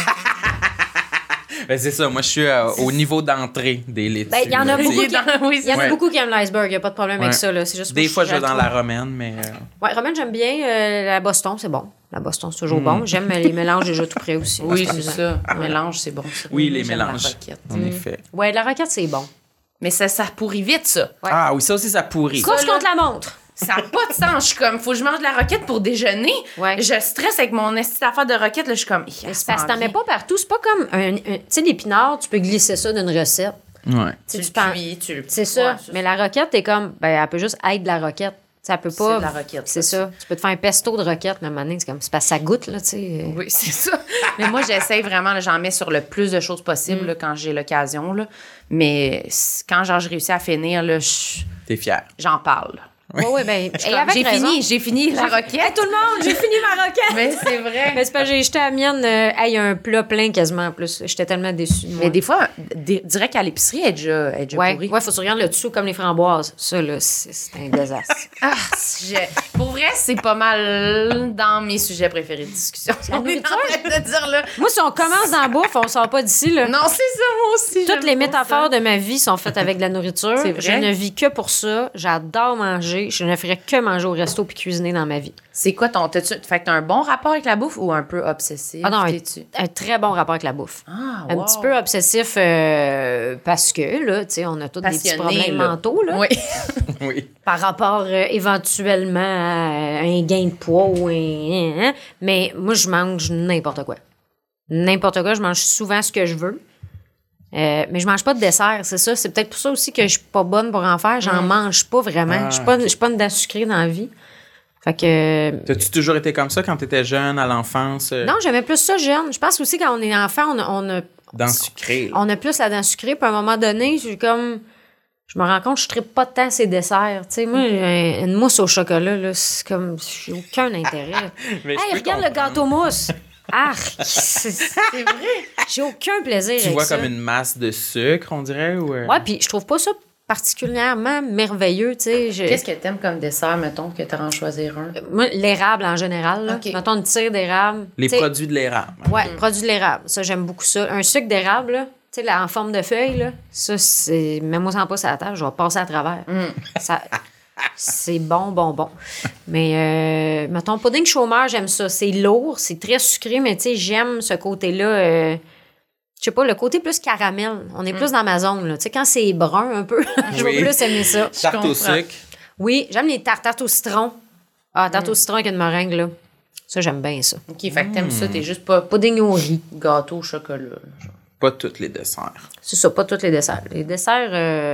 Ben, c'est ça, moi, je suis au niveau d'entrée des laitues. Ben, il y en a là. beaucoup Oui, Il y en a Ouais. beaucoup qui aiment l'iceberg, il n'y a pas de problème avec Ouais. ça. Là. C'est juste Des fois, je vais la dans la trouve- romaine, mais... Ouais, romaine, j'aime bien. La Boston, c'est bon. La Boston, c'est toujours bon. J'aime les mélanges déjà tout prêts aussi. Oui, c'est amusant. ça. Mélange, c'est bon. Ça. Oui, les J'aime la mélanges, roquette. en effet. Ouais, la roquette, c'est bon. Mais ça pourrit vite, ça. Ouais. Ah oui, ça aussi, ça pourrit. Course là- contre la montre. Ça n'a pas de sens. Je suis comme, faut que je mange de la roquette pour déjeuner. Ouais. Je stresse avec mon esti d'affaires de roquette. Là, je suis comme, Mais c'est parce que t'en mets pas partout. C'est pas comme tu sais, l'épinard, tu peux glisser ça d'une recette. Ouais. Tu le prends- cuis, tu le... C'est ça. Ouais, Mais la roquette, t'es comme, ben, elle peut juste être de la roquette. Ça peut pas. C'est de la roquette, C'est ça. ça. Tu peux te faire un pesto de roquette, mais à un moment donné, c'est comme, c'est parce que ça goûte, là, tu sais. Oui, c'est ça. Mais moi, j'essaie vraiment, là, j'en mets sur le plus de choses possible là, quand j'ai l'occasion. Là. Mais quand genre, je réussis à finir, là, T'es fier. j'en parle. Ouais, ben, et avec J'ai raison. j'ai fini la Hey, roquette. tout le monde, j'ai fini ma roquette. Mais c'est vrai. Mais c'est parce que j'ai jeté la mienne. Il y a un plat plein quasiment en plus. J'étais tellement déçue. de moi. Mais des fois, direct qu'à l'épicerie, elle est déjà pourrie. Ouais, faut que tu regardes le dessous comme les framboises. Ça, là, c'est un désastre. Ah, pour vrai, c'est pas mal dans mes sujets préférés de discussion. La On est en nourriture? train de dire là. Moi, si on commence dans la bouffe, on sort pas d'ici, là. Non, c'est ça, moi aussi. Toutes les métaphores de ma vie sont faites avec de la nourriture. C'est vrai? Je ne vis que pour ça. J'adore manger. Je ne ferais que manger au resto puis cuisiner dans ma vie. C'est quoi ton. Fait que t'as un bon rapport avec la bouffe ou un peu obsessif? Ah non, T'es-tu? un très bon rapport avec la bouffe. Ah, Un wow. petit peu obsessif parce que, là, tu sais, on a tous des petits Passionné, problèmes là. mentaux, là. Oui. Oui. Par rapport éventuellement à un gain de poids ou un... Mais moi, je mange n'importe quoi. N'importe quoi, je mange souvent ce que je veux. Mais je mange pas de dessert, c'est ça. C'est peut-être pour ça aussi que je suis pas bonne pour en faire. J'en mange pas vraiment. Ah, Je suis pas une dent sucrée dans la vie. Fait que... T'as-tu toujours été comme ça quand t'étais jeune, à l'enfance? Non, j'aimais plus ça jeune. Je pense aussi quand on est enfant, Dans le sucré. là. on a plus la dent sucrée. Puis à un moment donné, je me rends compte que je ne pas tant ces desserts. Tu sais, moi, une mousse au chocolat, là, c'est comme... J'ai aucun intérêt. Mais je Hey, peux regarde le comprendre. gâteau mousse! C'est vrai! J'ai aucun plaisir Tu avec vois ça. comme une masse de sucre, on dirait? Ou... Ouais, puis je trouve pas ça particulièrement merveilleux, tu sais. Qu'est-ce que t'aimes comme dessert, mettons, que t'as en choisir un? Moi, l'érable en général, là. OK. Mettons une tire d'érable. Les Tu sais, produits de l'érable. Ouais, produit de l'érable. Ça, j'aime beaucoup ça. Un sucre d'érable, là, tu sais, là, en forme de feuille, là, ça, c'est... Mets-moi sans pas à la table, je vais passer à travers. Ça... C'est bon. Mais, mettons, pudding chômeur, j'aime ça. C'est lourd, c'est très sucré, mais tu sais, j'aime ce côté-là... je sais pas, le côté plus caramel. On est plus dans ma zone, là. Tu sais, quand c'est brun un peu, je vais Oui. plus aimer ça. Tarte au comprends. sucre. Oui, j'aime les tartes au citron. Ah, tarte au citron avec une meringue, là. Ça, j'aime bien ça. OK, fait que t'aimes ça, t'es juste pas Pudding au riz. gâteau au chocolat. là, genre. Pas tous les desserts. C'est ça, pas tous les desserts. Les desserts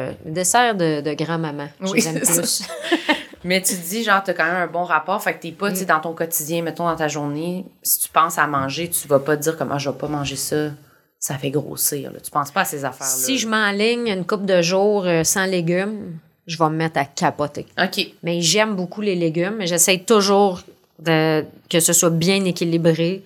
de grand-maman, je Oui, les aime c'est plus. Mais tu te dis, genre, t'as quand même un bon rapport, fait que t'es pas, tu sais, dans ton quotidien, mettons, dans ta journée, si tu penses à manger, tu vas pas te dire comme, ah, je vais pas manger ça, ça fait grossir, là. Tu penses pas à ces affaires-là. Si je m'enligne une couple de jours sans légumes, je vais me mettre à capoter. OK. Mais j'aime beaucoup les légumes, mais j'essaie toujours que ce soit bien équilibré.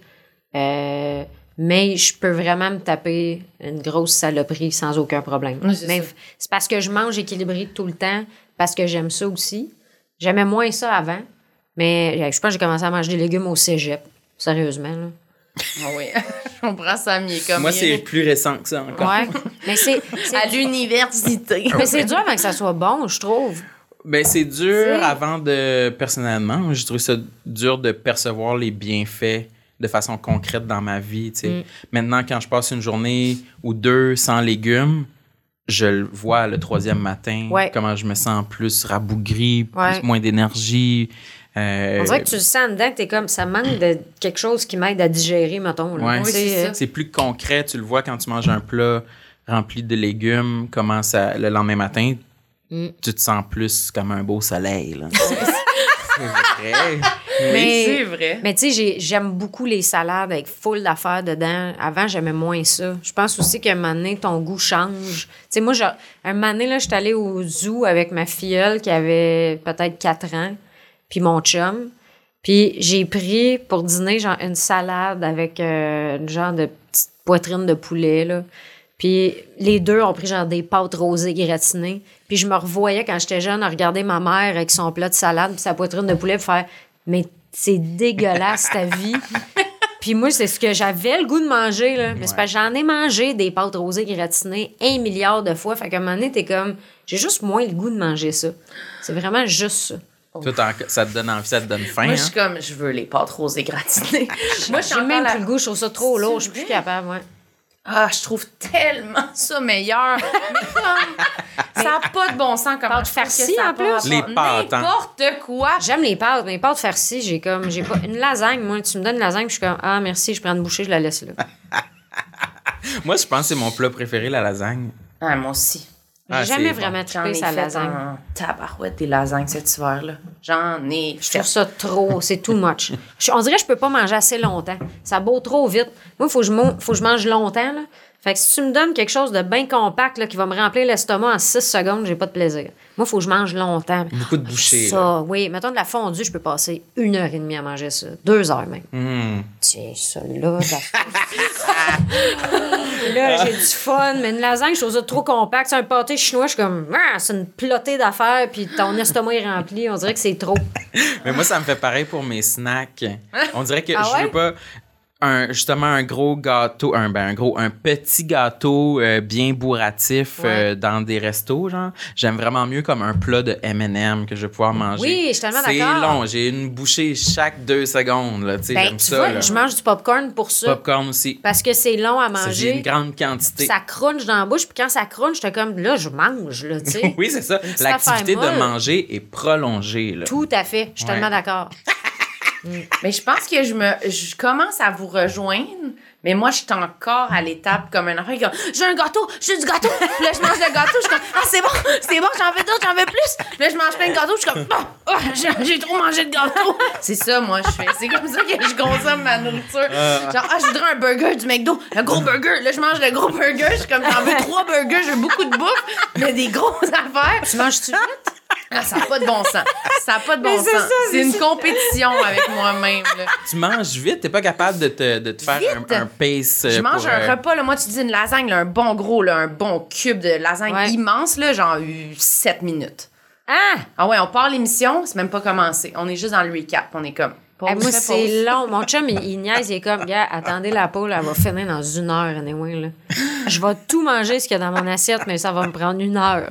Mais je peux vraiment me taper une grosse saloperie sans aucun problème. Oui, c'est Mais ça. c'est parce que je mange équilibré tout le temps, parce que j'aime ça aussi. J'aimais moins ça avant, mais je pense que j'ai commencé à manger des légumes au cégep. Sérieusement, là. Ah oui, je comprends ça, mais comme... Moi, c'est plus récent que ça encore. Ouais. Mais c'est à l'université. mais c'est dur avant que ça soit bon, je trouve. Ben, c'est dur C'est- avant de... Personnellement, je trouve ça dur de percevoir les bienfaits de façon concrète dans ma vie, tu sais. Maintenant, quand je passe une journée ou deux sans légumes, je le vois le troisième matin, Ouais. comment je me sens plus rabougri, Ouais. moins d'énergie. On dirait que tu le sens dedans, que t'es comme, ça manque de quelque chose qui m'aide à digérer, mettons. Là. Ouais. Tu Oui, sais, c'est ça. C'est plus concret, tu le vois quand tu manges un plat rempli de légumes, comment ça, le lendemain matin, tu te sens plus comme un beau soleil, là. C'est vrai. Mais c'est vrai. Mais tu sais, j'aime beaucoup les salades avec full d'affaires dedans. Avant, j'aimais moins ça. Je pense aussi qu'à un moment donné, ton goût change. Tu sais, moi, un moment donné, là, j'étais allée au zoo avec ma filleule qui avait peut-être 4 ans, puis mon chum. Puis j'ai pris pour dîner genre une salade avec une genre de petite poitrine de poulet, là. Puis les deux ont pris genre des pâtes rosées gratinées. Puis je me revoyais quand j'étais jeune à regarder ma mère avec son plat de salade puis sa poitrine de poulet pour faire « Mais c'est dégueulasse ta vie! » Puis moi, c'est ce que j'avais le goût de manger, là. Mais c'est parce que j'en ai mangé des pâtes rosées gratinées 1 milliard de fois. Fait qu'à un moment donné, t'es comme... J'ai juste moins le goût de manger ça. C'est vraiment juste ça. Toi, ça te donne envie, ça te donne faim. Moi, je suis comme, je veux les pâtes rosées gratinées. Moi, J'ai même plus le goût, je trouve ça trop lourd. Je suis plus capable, ouais. Ah, je trouve tellement ça meilleur. Mais comme, ça n'a pas de bon sens comme Pâtes farcies, en plus. Les pâtes, hein. N'importe quoi. J'aime les pâtes, mais les pâtes farcies, j'ai pas une lasagne. Moi, tu me donnes une lasagne, puis je suis comme ah merci, je prends une bouchée, je la laisse là. Moi, je pense que c'est mon plat préféré, la lasagne. Ah, moi aussi. J'ai jamais vraiment trippé sa lasagne. En tabarouette des lasagnes cet hiver-là. J'en ai Je fait. trouve ça trop, c'est too much. On dirait que je peux pas manger assez longtemps. Ça bout trop vite. Moi, faut que je mange longtemps, là. Fait que si tu me donnes quelque chose de bien compact là, qui va me remplir l'estomac en 6 secondes, j'ai pas de plaisir. Moi, il faut que je mange longtemps. Beaucoup de bouchées. Ça, oui. Mettons de la fondue, je peux passer 1h30 à manger ça. 2 heures même. Tiens, ça là, là, j'ai du fun, mais une lasagne, je trouve ça trop compact. C'est un pâté chinois, je suis comme, ah, c'est une plotée d'affaires, puis ton estomac est rempli. On dirait que c'est trop. Mais moi, ça me fait pareil pour mes snacks. On dirait que Ah je ouais? veux pas justement un gros gâteau, un petit gâteau bien bourratif dans des restos, genre. J'aime vraiment mieux comme un plat de M&M que je vais pouvoir manger. Oui, je suis tellement d'accord. C'est long, j'ai une bouchée chaque 2 secondes, là, tu sais, j'aime Tu ça. vois, là. je mange du popcorn pour ça. Popcorn aussi. Parce que c'est long à Ça, j'ai manger. une grande quantité. Ça crunche dans la bouche, puis quand ça crunche, j'étais comme, là, je mange, là, tu sais. Oui, c'est ça. Une petite L'activité affaire de molle. manger est prolongée, là. Tout à fait. Je suis Ouais. tellement d'accord. Mais je pense que je commence à vous rejoindre, mais moi, je suis encore à l'étape comme un enfant qui est comme, j'ai un gâteau, j'ai du gâteau. Puis là, je mange le gâteau, je suis comme, ah, c'est bon, j'en veux d'autres, j'en veux plus. Puis là, je mange plein de gâteaux, je suis comme, j'ai trop mangé de gâteau. C'est ça, moi, je fais. C'est comme ça que je consomme ma nourriture. Genre, je voudrais un burger du McDo, un gros burger. Là, je mange le gros burger, je suis comme, j'en veux 3 burgers, je veux beaucoup de bouffe, mais des grosses affaires. Tu manges-tu vite? Ah, ça n'a pas de bon sens. Ça n'a pas de bon sens. C'est une compétition avec moi-même. Là. Tu manges vite, t'es pas capable de te faire un pace. Je mange pour, un repas, là, moi, tu dis une lasagne, là, un bon gros, là, un bon cube de lasagne Ouais. immense, là, genre 7 minutes. Ah! Ah ouais, on part l'émission, c'est même pas commencé. On est juste dans le recap. On est comme. Pause, Moi, fais c'est pause. long. Mon chum, il niaise, il est comme, gars, attendez la pause, elle va finir dans 1 heure, anyway, là. Je vais tout manger ce qu'il y a dans mon assiette, mais ça va me prendre 1 heure.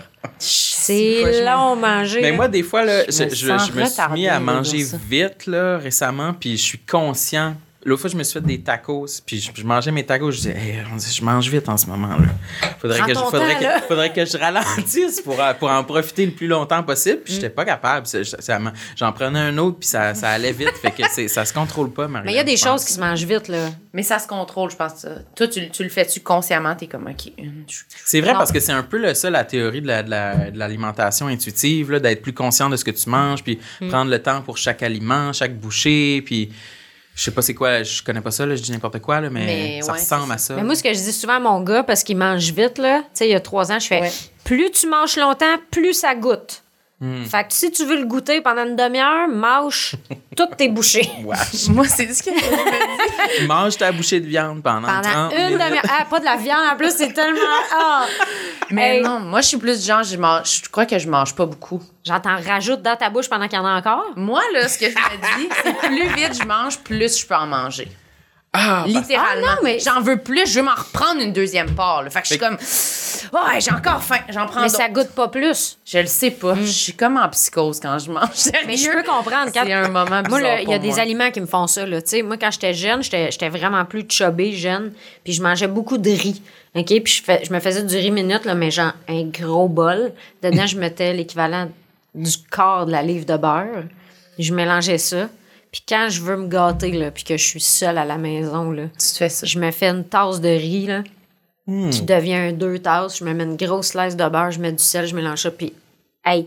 C'est long manger. Mais là. moi, des fois, là, Je me je sens me suis mis retardée à de manger dire ça. vite là, récemment, puis je suis conscient. L'autre fois, je me suis fait des tacos, puis je mangeais mes tacos, je disais, hey, je mange vite en ce moment. Là. Prends ton temps, là. Faudrait que je ralentisse pour en profiter le plus longtemps possible, puis j'étais pas capable. J'en prenais un autre, puis ça allait vite, fait que ça se contrôle pas, Marie. Mais il y a des choses qui se mangent vite, là. Mais ça se contrôle, je pense. Toi, tu le fais-tu consciemment? T'es comme, OK, C'est vrai Non. parce que c'est un peu ça, la théorie de l'alimentation intuitive, là, d'être plus conscient de ce que tu manges, puis prendre le temps pour chaque aliment, chaque bouchée, puis je sais pas c'est quoi, je connais pas ça, là, je dis n'importe quoi, là, mais ça ouais, ressemble à ça. Mais moi, ce que je dis souvent à mon gars, parce qu'il mange vite, là, tu sais, il y a 3 ans, je fais, Ouais. plus tu manges longtemps, plus ça goûte. Fait que si tu veux le goûter pendant une demi-heure, mâche toutes tes bouchées. Wesh. Moi, c'est ce que je me dis. Mange ta bouchée de viande pendant Pendant 30 une minutes. demi-heure. Ah, pas de la viande en plus, c'est tellement. Ah! Mais Hey, non, moi, je suis plus du genre, je crois que je mange pas beaucoup. Genre, t'en rajoutes dans ta bouche pendant qu'il y en a encore. Moi, là, ce que je me dis, c'est plus vite je mange, plus je peux en manger. Ah, Littéralement. Ah non, mais- J'en veux plus, je veux m'en reprendre une deuxième part. Là. Fait que je suis comme, ouais, j'ai encore faim, j'en prends Mais d'autres. ça goûte pas plus. Je le sais pas. Je suis comme en psychose quand je mange. Mais je peux comprendre. C'est un moment Moi, bizarre là, il y a pour des moi. aliments qui me font ça. Là. Tu sais, moi, quand j'étais jeune, j'étais vraiment plus chubby, jeune. Puis je mangeais beaucoup de riz. OK? Puis je me faisais du riz minute, là, mais genre un gros bol. Dedans, je mettais l'équivalent du quart de la livre de beurre. Je mélangeais ça. Puis quand je veux me gâter, là, puis que je suis seule à la maison, là, Tu te fais ça. je me fais une tasse de riz, là, qui devient 2 tasses. Je me mets une grosse slice de beurre, je mets du sel, je mélange ça, puis hey!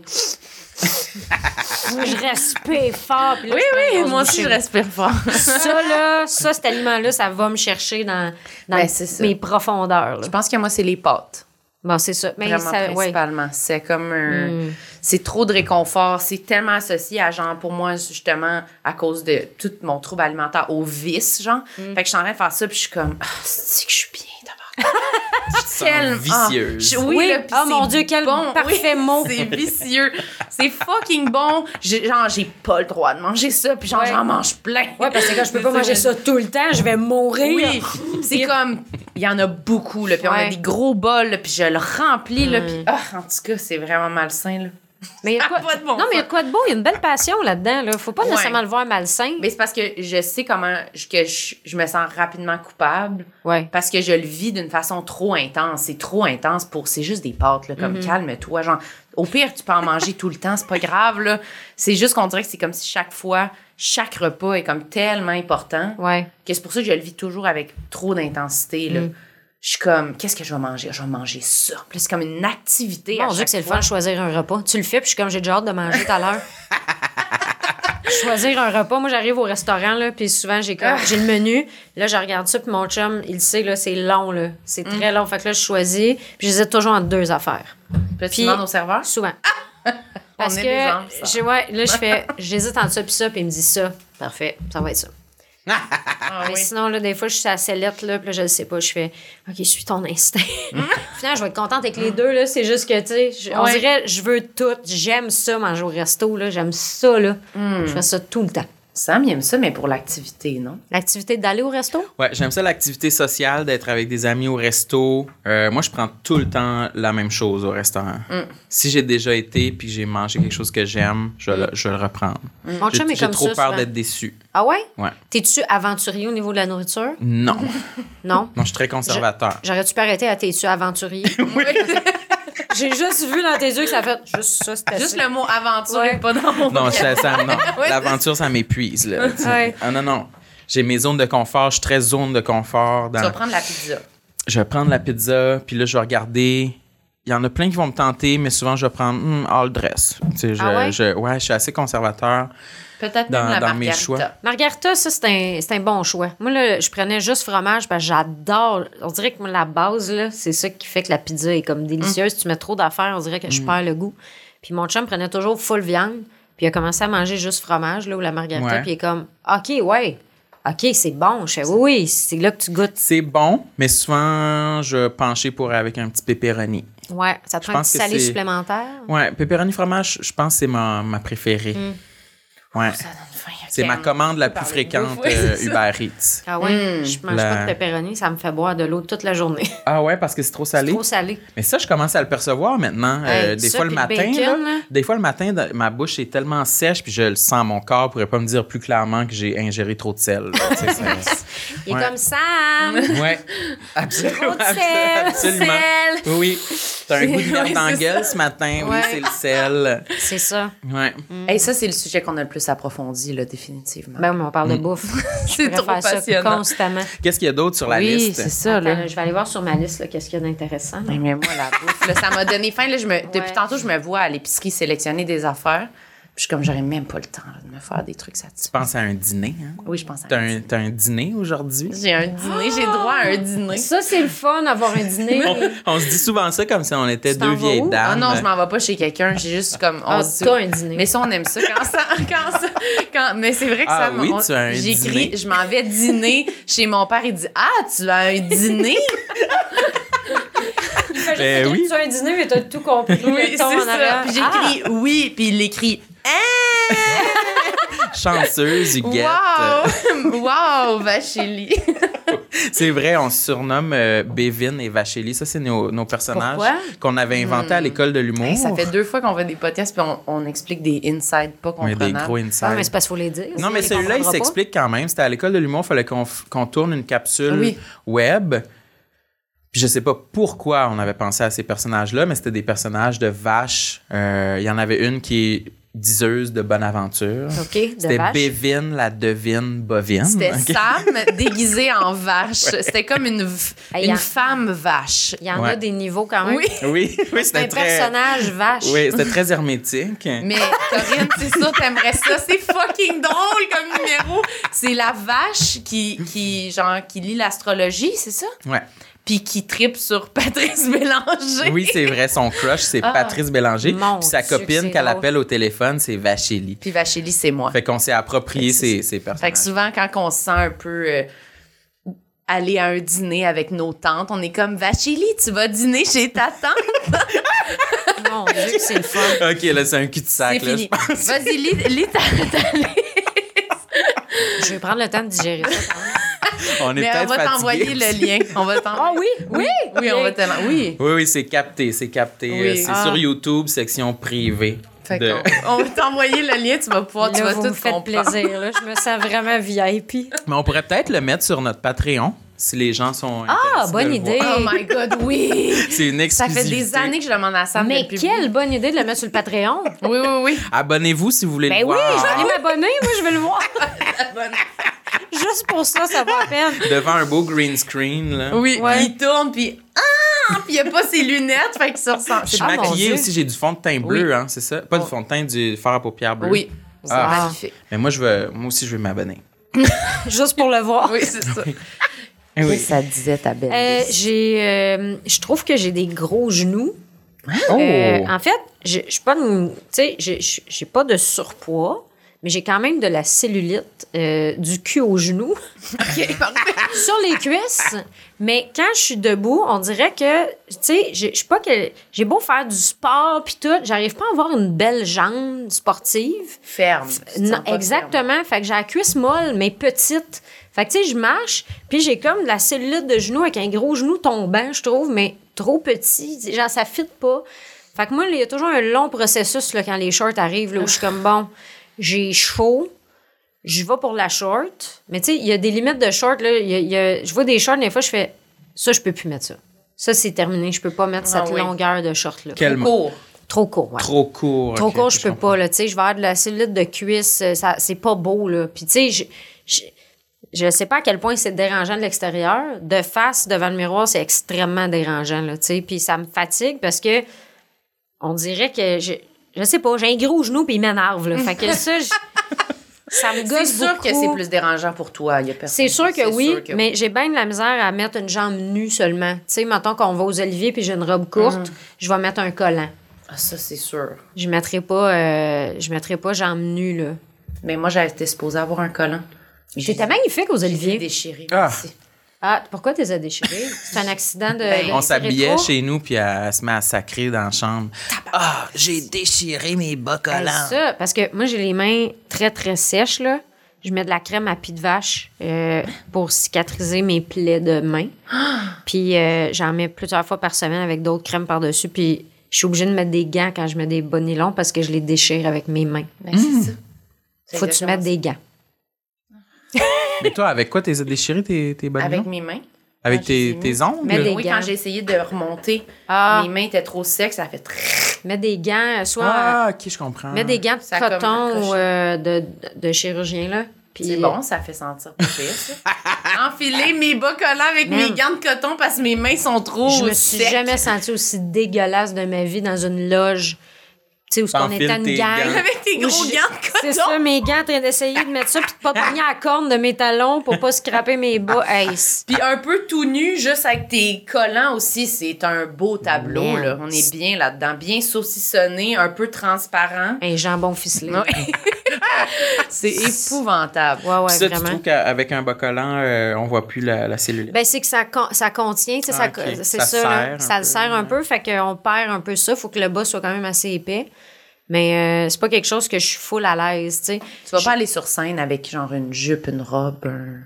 Je respire fort. Puis là, Oui, je prends une oui, grosse moi aussi, bouchée. je respire fort. Cet aliment-là, ça va me chercher dans Ben, c'est ça. mes profondeurs. là. Je pense que moi, c'est les pâtes. Bon, c'est ça. Mais Vraiment, ça, ouais. principalement. C'est comme c'est trop de réconfort. C'est tellement associé à, genre, pour moi, justement, à cause de tout mon trouble alimentaire, au vice, genre. Fait que je suis en train de faire ça, puis je suis comme, c'est que je suis bien, d'abord. Vicieuse. Oui, là, puis oh mon c'est Dieu, quel parfait mot. C'est vicieux. C'est fucking bon. Genre, j'ai pas le droit de manger ça, puis genre, j'en mange plein. Ouais, parce que quand je peux pas manger ça tout le temps, je vais mourir. Oui, c'est comme, il y en a beaucoup, là, puis on a des gros bols, là, puis je le remplis, là, puis en tout cas, c'est vraiment malsain, là. Mais il y a quoi... pas de bon non, mais il y a sens. quoi de beau? Il y a une belle passion là-dedans. Là. Faut pas nécessairement le voir malsain. Mais c'est parce que je sais comment je me sens rapidement coupable. Ouais. Parce que je le vis d'une façon trop intense. C'est trop intense pour... C'est juste des pâtes, là, comme calme-toi. Genre, au pire, tu peux en manger tout le temps, c'est pas grave, là. C'est juste qu'on dirait que c'est comme si chaque fois, chaque repas est comme tellement important. Ouais. Que c'est pour ça que je le vis toujours avec trop d'intensité, là. Je suis comme, qu'est-ce que je vais manger? Je vais manger ça. Puis c'est comme une activité. Mon Dieu, que c'est le fun de choisir un repas. Tu le fais, puis je suis comme, j'ai déjà hâte de manger tout à l'heure. Choisir un repas. Moi, j'arrive au restaurant, là, puis souvent, j'ai le menu. Là, je regarde ça, puis mon chum, il sait, là, c'est long, là. C'est très long. Fait que là, je choisis, puis j'hésite toujours entre deux affaires. Puis tu demandes au serveur? Souvent. Parce On est que, des âmes, ça. j'hésite entre ça, puis il me dit ça. Parfait, ça va être ça. Mais sinon, là, des fois, je suis à la sellette, là, puis là, je le sais pas. Je fais, OK, suis ton instinct. Finalement, je vais être contente avec les deux, là. C'est juste que, tu sais, on dirait, je veux tout. J'aime ça, manger au resto, là. J'aime ça, là. Je fais ça tout le temps. Sam, il aime ça, mais pour l'activité, non? L'activité d'aller au resto? Ouais, j'aime ça, l'activité sociale, d'être avec des amis au resto. Moi, je prends tout le temps la même chose au restaurant. Si j'ai déjà été puis j'ai mangé quelque chose que j'aime, je vais le reprendre. Mon chum est J'ai comme trop ça, peur souvent. d'être déçu. Ah ouais? Ouais. T'es-tu aventurier au niveau de la nourriture? Non. Non. Non, je suis très conservateur. J'aurais-tu pu arrêter à t'es-tu aventurier? Oui. J'ai juste vu dans tes yeux que ça fait juste ça, c'était Juste ça. le mot aventure Ouais. est pas dans mon Non, vocabulaire. non. Ouais. L'aventure, ça m'épuise, là. Ouais. Ah non. J'ai mes zones de confort. Je suis très zone de confort. Tu vas prendre la pizza. Je vais prendre la pizza, puis là, je vais regarder. Il y en a plein qui vont me tenter, mais souvent, je vais prendre all dress. Tu sais, je suis assez conservateur Peut-être même la dans mes margarita. choix. Margarita, ça, c'est un bon choix. Moi, là, je prenais juste fromage parce que j'adore. On dirait que moi, la base, là, c'est ça qui fait que la pizza est comme délicieuse. Tu mets trop d'affaires, on dirait que je perds le goût. Puis mon chum prenait toujours full viande, puis il a commencé à manger juste fromage, là, ou la margarita, Ouais. puis il est comme, OK, ouais. OK, c'est bon. Je fais, oui, c'est là que tu goûtes. C'est bon, mais souvent, je vais pencher pour avec un petit pepperoni. Ouais, ça te prend un pense petit que salé c'est- supplémentaire. Ouais, pepperoni fromage, je pense que c'est ma préférée. Ouais. Ça donne faim. C'est ma commande la plus Parler de fréquente bouffe, ouais, c'est ça. Uber Eats. Ah ouais, je mange La- pas de pepperoni, ça me fait boire de l'eau toute la journée. Ah ouais, parce que c'est trop salé? Trop salé. Mais ça, je commence à le percevoir maintenant. Hey, Des ça, fois le puis le matin, bacon, là, là. des fois le matin, ma bouche est tellement sèche, puis je le sens, mon corps pourrait pas me dire plus clairement que j'ai ingéré trop de sel. là. Tu sais, Il est Ouais. comme Sam! ouais, absolument. Trop de sel, absolument. sel. Oui, t'as un goût de merde Ouais, dans la c'est gueule ce matin. Oui, Ouais. c'est le sel. C'est ça. Ouais. Hey, ça, c'est le sujet qu'on a le plus approfondi, là, définitivement. Ben oui, mais on parle de bouffe. c'est Je pourrais faire ça constamment. Qu'est-ce qu'il y a d'autre sur la Oui, liste? c'est ça, là. Attends, je vais aller voir sur ma liste là, qu'est-ce qu'il y a d'intéressant. Mais moi, la bouffe, là, ça m'a donné faim. Là, depuis Ouais. tantôt, je me vois à l'épicerie sélectionner des affaires. Puis je suis comme, j'aurais même pas le temps là, de me faire des trucs Tu satisfaisants. penses à un dîner, hein? Oui, je pense à T'as un dîner aujourd'hui? J'ai un dîner, j'ai droit à un dîner. Ça, c'est le fun d'avoir un dîner. On se dit souvent ça comme si on était Tu t'en deux vas vieilles où? Ah dames. non, je m'en vais pas chez quelqu'un. J'ai juste comme. Ah, se dit- t'as un dîner. Mais ça, on aime ça. Mais c'est vrai que Ah ça. oui, tu as un j'écris, dîner. je m'en vais dîner chez mon père. Il dit, ah, tu as un dîner? Il fait juste Ben écrire oui. que tu as un dîner, mais t'as tout compris. Oui, le c'est ton en ça. arrière. Puis j'écris oui, puis il l'écrit. Chanceuse, Huguette. Wow! Wow, Vacheli. C'est vrai, on se surnomme Bévin et Vacheli. Ça, c'est nos personnages Pourquoi? qu'on avait inventés à l'école de l'humour. Hey, ça fait 2 fois qu'on fait des podcasts puis on explique des inside pas Oui, comprenables. des gros Ah, insides. mais c'est parce qu'il faut les dire. Non, mais sinon, celui-là, il comprendra pas. s'explique quand même. C'était à l'école de l'humour, il fallait qu'on tourne une capsule Oui. web. Puis je sais pas pourquoi on avait pensé à ces personnages-là, mais c'était des personnages de vaches. Il y en avait une qui est diseuse de bonne aventure. OK, de C'était vache. Bévin, la devine bovine. C'était OK? Sam déguisé en vache. C'était comme Hey, une y a- femme vache. Il y en Ouais. a des niveaux quand même. Oui. Oui, oui, Un c'était très... personnage vache. Oui, c'était très hermétique. Mais Corinne, c'est sûr, t'aimerais ça. C'est fucking drôle comme numéro. C'est la vache qui lit l'astrologie, c'est ça? Ouais. puis qui tripe sur Patrice Bélanger. Oui, c'est vrai. Son crush, c'est Patrice Bélanger. Mon Puis sa Dieu, copine c'est qu'elle drôle. appelle au téléphone, c'est Vachélie. Puis Vachélie, c'est moi. Fait qu'on s'est approprié ces Fait personnages. que souvent, quand on se sent un peu aller à un dîner avec nos tantes, on est comme, Vachélie, tu vas dîner chez ta tante? Mon Dieu, que c'est le fun. OK, là, c'est un cul-de-sac. C'est là, fini. je pense. Vas-y, lis ta liste. Je vais prendre le temps de digérer ça. quand même. On est Mais on peut-être va fatigué t'envoyer aussi. le lien. On va Ah t'envoyer. oui? Oui, on va te Oui. Oui, c'est capté. C'est capté. Oui. C'est Ah. sur YouTube, section privée. Fait de- qu'on on va t'envoyer le lien, tu vas pouvoir, tu Là, vas vous tout me faites comprendre. plaisir. Là. Je me sens vraiment VIP. Mais on pourrait peut-être le mettre sur notre Patreon si les gens sont intéressés bonne de le idée. voir. Oh my God, oui! C'est une Ça exclusivité. fait des années que je demande à Sam de Mais le publier. quelle bonne idée de le mettre sur le Patreon. Oui, oui, oui. Abonnez-vous si vous voulez Ben le oui, voir. je vais aller m'abonner. Moi, je vais le voir. Juste pour ça, ça vaut la peine. Devant un beau green screen. Là. Oui, Ouais. il tourne, puis puis il a pas ses lunettes, fait qu'il se ressent. Je suis Ah, mon maquillée Dieu. aussi, j'ai du fond de teint bleu, Oui. hein, c'est ça? Pas du fond de teint, du fard à paupières bleu. Oui, c'est Ah. magnifique. Mais moi aussi, je vais m'abonner. Juste pour le voir. Oui, c'est ça. Eh oui. Ça disait ta belle. Je trouve que j'ai des gros genoux. Oh! En fait, je suis pas une- tu sais, j'ai pas de surpoids, mais j'ai quand même de la cellulite du cul aux genoux sur les cuisses. Mais quand je suis debout, on dirait que, tu sais, je suis pas que j'ai beau faire du sport puis tout, j'arrive pas à avoir une belle jambe sportive. Ferme. Non, exactement. Fait que j'ai la cuisse molle, mais petite. Fait que, tu sais, je marche, puis j'ai comme de la cellulite de genou avec un gros genou tombant, je trouve, mais trop petit. Genre, ça fit pas. Fait que moi, il y a toujours un long processus là, quand les shorts arrivent, là, où je suis comme, bon, j'ai chaud, je vais pour la short. Mais tu sais, il y a des limites de short. Là. Je vois des shorts, des fois, je fais, ça, je peux plus mettre ça. Ça, c'est terminé. Je peux pas mettre cette oui. longueur de short-là. Quel Court. Trop court, ouais. Trop court. Trop ok, court, je peux comprends. pas, là. Tu sais, je vais avoir de la cellulite de cuisse, ça, c'est pas beau, là. Puis, tu sais, je sais pas à quel point c'est dérangeant de l'extérieur. De face, devant le miroir, c'est extrêmement dérangeant, là, tu sais. Puis ça me fatigue parce que on dirait que je sais pas, j'ai un gros genou puis il m'énerve, là. Fait que ça, ça me C'est gosse sûr beaucoup. que c'est plus dérangeant pour toi. Il y a personne. C'est sûr que oui, sûr que mais j'ai bien de la misère à mettre une jambe nue seulement. Tu sais, mettons qu'on va aux Oliviers puis j'ai une robe courte, je vais mettre un collant. Ah, ça, c'est sûr. Je mettrai pas jambe nue, là. Mais moi, j'avais été supposée avoir un collant. T'étais magnifique aux J'ai Oliviers. déchiré. Ah. Merci. Ah, pourquoi t'es as déchiré? C'est un accident de On s'habillait rétro? chez nous, puis elle se met à sacrer dans la chambre. Ah, j'ai déchiré mes bas Hey, collants. ça, parce que moi, j'ai les mains très, très sèches, là. Je mets de la crème à pied de vache pour cicatriser mes plaies de main. Puis j'en mets plusieurs fois par semaine avec d'autres crèmes par-dessus. Puis je suis obligée de mettre des gants quand je mets des bas nylons parce que je les déchire avec mes mains. Ben, c'est ça. C'est Faut que tu exactement mettes des gants. Mais toi, avec quoi t'es déchiré tes bas Avec nylons? mes mains. Avec quand je les ai tes ongles? Mais des Oui, gants. quand j'ai essayé de remonter, Ah. mes mains étaient trop secs, ça a fait Mets des gants, soit... Ah, OK, je comprends. Mets des gants de Ça a comme coton ou accroché. de chirurgien, là. Puis, C'est bon, ça fait sentir pas pire, ça. Enfiler mes bas collants avec Man. mes gants de coton parce que mes mains sont trop Je me suis secs. jamais sentie aussi dégueulasse de ma vie dans une loge. Tu sais, où on T'enfiles était une tes gang. gants. Avec tes Où gros je- gants de coton. C'est ça, mes gants en train d'essayer de mettre ça, puis de pas pogner à la corne de mes talons pour pas scraper mes bas. Hey, Puis un peu tout nu, juste avec tes collants aussi, c'est un beau tableau, Man. là. On est bien là-dedans, bien saucissonné, un peu transparent. un jambon ficelé. C'est épouvantable. Ouais, ouais, Ça, tu vraiment. trouves qu'avec un bas collant, on voit plus la cellulite? Ben, c'est que ça contient, tu sais, Ah, ok. c'est Ça ça, là. serre un Ça le peu, serre un ouais. peu, fait qu'on perd un peu ça. Faut que le bas soit quand même assez épais. Mais c'est pas quelque chose que je suis full à l'aise, tu sais. Tu vas pas aller sur scène avec genre une jupe, une robe, un...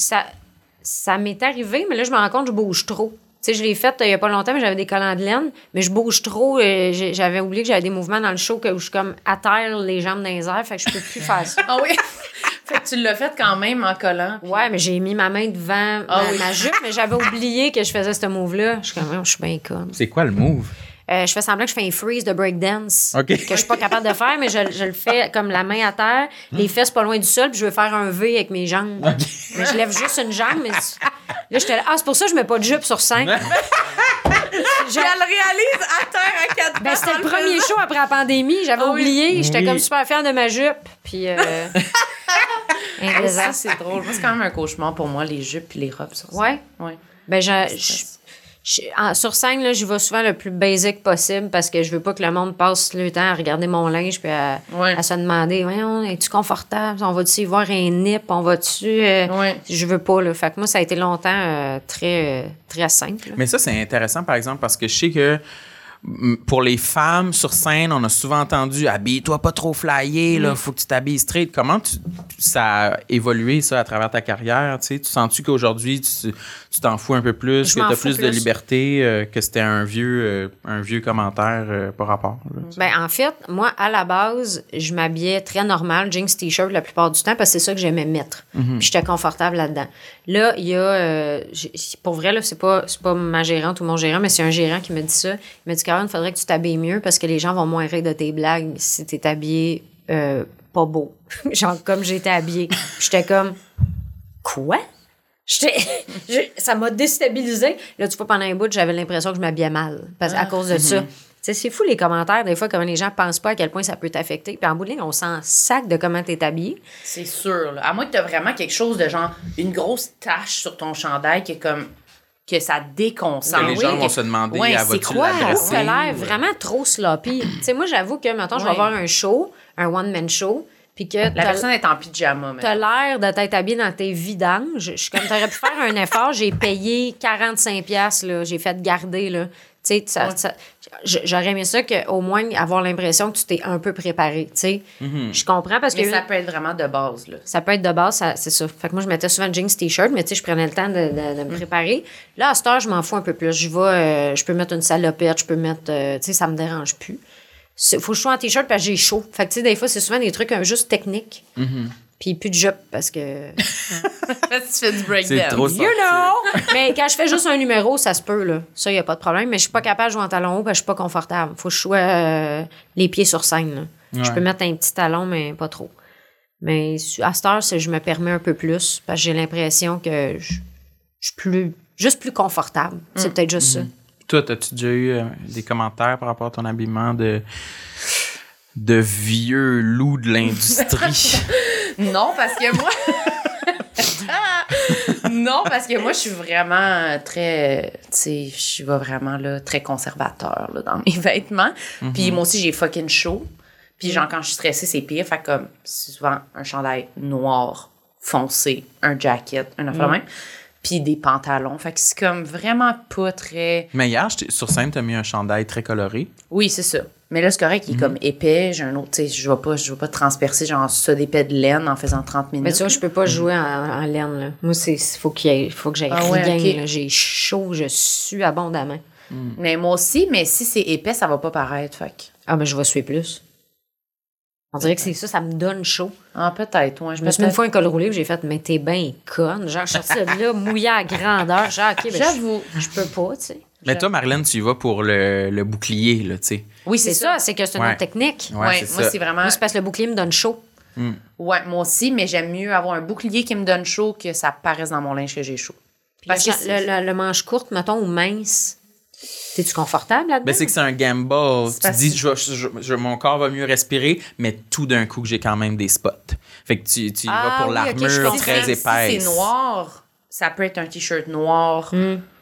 Ça m'est arrivé, mais là, je me rends compte que je bouge trop. Tu sais, je l'ai fait il y a pas longtemps, mais j'avais des collants de laine, mais je bouge trop. J'avais oublié que j'avais des mouvements dans le show où je suis comme à terre, les jambes dans les airs, fait que je peux plus faire ça. Ah oui? Fait que tu l'as fait quand même en collant. puis- Ouais, mais j'ai mis ma main devant ma jupe, mais j'avais oublié que je faisais ce move-là. Je suis comme, je suis bien conne. C'est quoi le move? Je fais semblant que je fais un freeze de breakdance. OK. Que je suis pas capable de faire, mais je le fais comme la main à terre, les fesses pas loin du sol, puis je veux faire un V avec mes jambes. Mais je lève juste une jambe, mais là, j'étais là. Ah, c'est pour ça que je mets pas de jupe sur scène. Je le réalise à terre à quatre Ben, pattes c'était en le premier faisant. show après la pandémie. J'avais Ah oui. oublié. J'étais Oui. comme super fière de ma jupe. Puis, un Ça, désastre. c'est drôle. Moi, c'est quand même un cauchemar pour moi, les jupes et les robes sur ça. Ouais. Ouais. Ben, stress. Sur scène, là, je vais souvent le plus basic possible parce que je veux pas que le monde passe le temps à regarder mon linge puis à se demander, voyons, es-tu confortable? On va-tu y voir un nip? On va-tu... Je veux pas, là. Fait que moi, ça a été longtemps très, très simple. Là. Mais ça, c'est intéressant, par exemple, parce que je sais que pour les femmes sur scène, on a souvent entendu « Habille-toi pas trop flyé, là, faut que tu t'habilles straight ». Comment ça a évolué, ça, à travers ta carrière? Tu sens-tu qu'aujourd'hui, tu t'en fous un peu plus, que tu as plus de liberté, que c'était un vieux commentaire par rapport? Là, ben, en fait, moi, à la base, je m'habillais très normal, jeans, t-shirt la plupart du temps, parce que c'est ça que j'aimais mettre. Puis j'étais confortable là-dedans. Là, il y a... pour vrai, là, c'est pas ma gérante ou mon gérant, mais c'est un gérant qui me dit ça. Il m'a dit, Caroline, il faudrait que tu t'habilles mieux parce que les gens vont moins rire de tes blagues si t'es habillée pas beau. Genre, comme j'étais habillée. J'étais comme... Quoi? Ça m'a déstabilisée. Là, tu vois, pendant un bout, j'avais l'impression que je m'habillais mal à cause de ça. Tu sais, c'est fou les commentaires, des fois, comment les gens pensent pas à quel point ça peut t'affecter. Puis en bout de ligne, on s'en sac de comment t'es habillé. C'est sûr. Là. À moins que t'as vraiment quelque chose de genre, une grosse tache sur ton chandail qui est comme... que ça déconcentre. Les gens vont se demander, vas-tu l'adresser? Ça a l'air vraiment trop sloppy. Tu sais, moi, j'avoue que, maintenant, je vais avoir un show, un one-man show, puis que... La personne est en pyjama. T'as l'air de t'être habillé dans tes vidanges. Je suis comme, t'aurais pu faire un effort. J'ai payé 45$, là. J'ai fait garder, là. Tu sais, j'aurais aimé ça qu'au moins avoir l'impression que tu t'es un peu préparé, tu sais. Je comprends parce que... Mais ça peut être vraiment de base, là. Ça peut être de base, c'est ça. Fait que moi, je mettais souvent jeans, t-shirt, mais tu sais, je prenais le temps de me préparer. Là, à cette heure, je m'en fous un peu plus. Je peux mettre une salopette, je peux mettre... tu sais, ça me dérange plus. Faut que je sois en t-shirt parce que j'ai chaud. Fait que tu sais, des fois, c'est souvent des trucs juste techniques. Puis plus de jupe parce que... Parce que tu fais du breakdown. C'est trop You know! Mais quand je fais juste un numéro, ça se peut, là. Ça, il n'y a pas de problème. Mais je suis pas capable de jouer en talon haut parce que je suis pas confortable. Faut que je sois les pieds sur scène, là. Ouais. Je peux mettre un petit talon, mais pas trop. Mais à cette heure, je me permets un peu plus parce que j'ai l'impression que je suis juste plus confortable. C'est peut-être juste ça. Toi, as-tu déjà eu des commentaires par rapport à ton habillement de vieux loup de l'industrie? Non, parce que moi... Non, parce que moi, je suis vraiment très... Tu sais, je vais vraiment là, très conservateur là, dans mes vêtements. Puis moi aussi, j'ai fucking chaud. Puis genre, quand je suis stressée, c'est pire. Fait comme souvent un chandail noir foncé, un jacket, un affaire de même. Puis des pantalons. Fait que c'est comme vraiment pas très... Mais hier, sur scène, t'as mis un chandail très coloré. Oui, c'est ça. Mais là, c'est correct, il est comme épais. J'ai un autre, tu sais, je vais pas transpercer genre ça d'épais de laine en faisant 30 minutes. Mais tu vois, je peux pas jouer en laine, là. Moi, faut que j'aille rien, okay. Là. J'ai chaud, je sue abondamment. Mais moi aussi, mais si c'est épais, ça va pas paraître, fait que... Ah, mais je vais suer plus. On dirait que c'est ça me donne chaud. Ah, peut-être, ouais. Je me suis mis une fois un col roulé, puis j'ai fait, mais t'es bien conne. Genre, je suis sortie de là, mouillée à grandeur. Genre, OK, ben, j'avoue. Je peux pas, tu sais. Mais toi, Marlène, tu y vas pour le bouclier, là, tu sais. Oui, c'est ça. C'est que c'est une autre technique. Ouais, moi, c'est vraiment... Moi, c'est parce que le bouclier me donne chaud. Ouais, moi aussi, mais j'aime mieux avoir un bouclier qui me donne chaud que ça paraisse dans mon linge que j'ai chaud. Parce que le manche courte, mettons, ou mince... T'es-tu confortable là-dedans? Ben, c'est que c'est un gamble. Tu dis, mon corps va mieux respirer, mais tout d'un coup, j'ai quand même des spots. Fait que tu y vas pour l'armure très épaisse. Si c'est noir, ça peut être un t-shirt noir.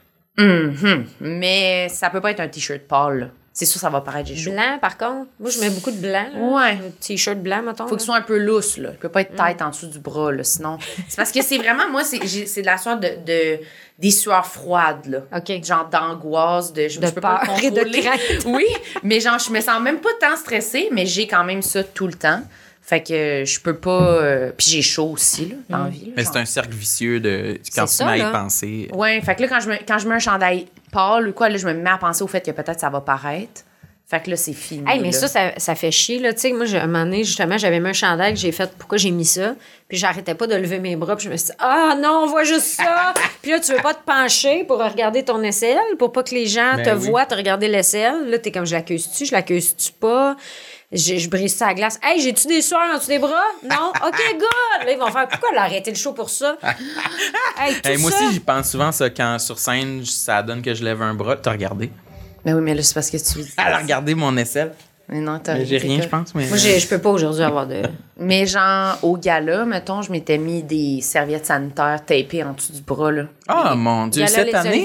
Mais ça peut pas être un t-shirt pâle. C'est sûr, ça va paraître chaud. Blanc, par contre. Moi, je mets beaucoup de blanc. Là. Ouais. Un t-shirt blanc, mettons. Faut que ce soit un peu lousse, là. Il peut pas être tight en dessous du bras, là. Sinon. C'est parce que c'est vraiment, moi, c'est de la sorte des sueurs froides, là. OK. Genre d'angoisse, je peux peur pas le contrôler. Et de crainte. Oui, mais genre, je me sens même pas tant stressée, mais j'ai quand même ça tout le temps. Fait que je peux pas... Puis j'ai chaud aussi, là, dans la vie. Là, mais c'est un cercle vicieux de... Quand tu mets à y penser... Ouais, fait que là, quand je mets un chandail pâle ou quoi, là, je me mets à penser au fait que peut-être ça va paraître. Fait que là, c'est fini. Hey, mais là. Ça fait chier, là. Tu sais, moi, à un moment donné, justement, j'avais mis un chandail que j'ai fait, pourquoi j'ai mis ça? Puis j'arrêtais pas de lever mes bras, puis je me suis dit, ah non, on voit juste ça! Puis là, tu veux pas te pencher pour regarder ton aisselle, pour pas que les gens te voient te regarder l'aisselle. Là, t'es comme, je l'accuse-tu pas? Je brise ça à la glace. Hey, j'ai-tu des sueurs en dessous des bras? Non? OK, good! Là, ils vont faire, pourquoi elle a arrêté le show pour ça? Moi aussi, j'y pense souvent, ça, quand sur scène, ça donne que je lève un bras. T'as regardé? Ben oui, mais là, c'est parce que tu... Elle a regardé mon aisselle. Mais non, mais j'ai rien, je pense. Mais... Moi, je peux pas aujourd'hui avoir de... Mais genre, au gala, mettons, je m'étais mis des serviettes sanitaires tapées en dessous du bras, là. Ah, mon Dieu, cette année?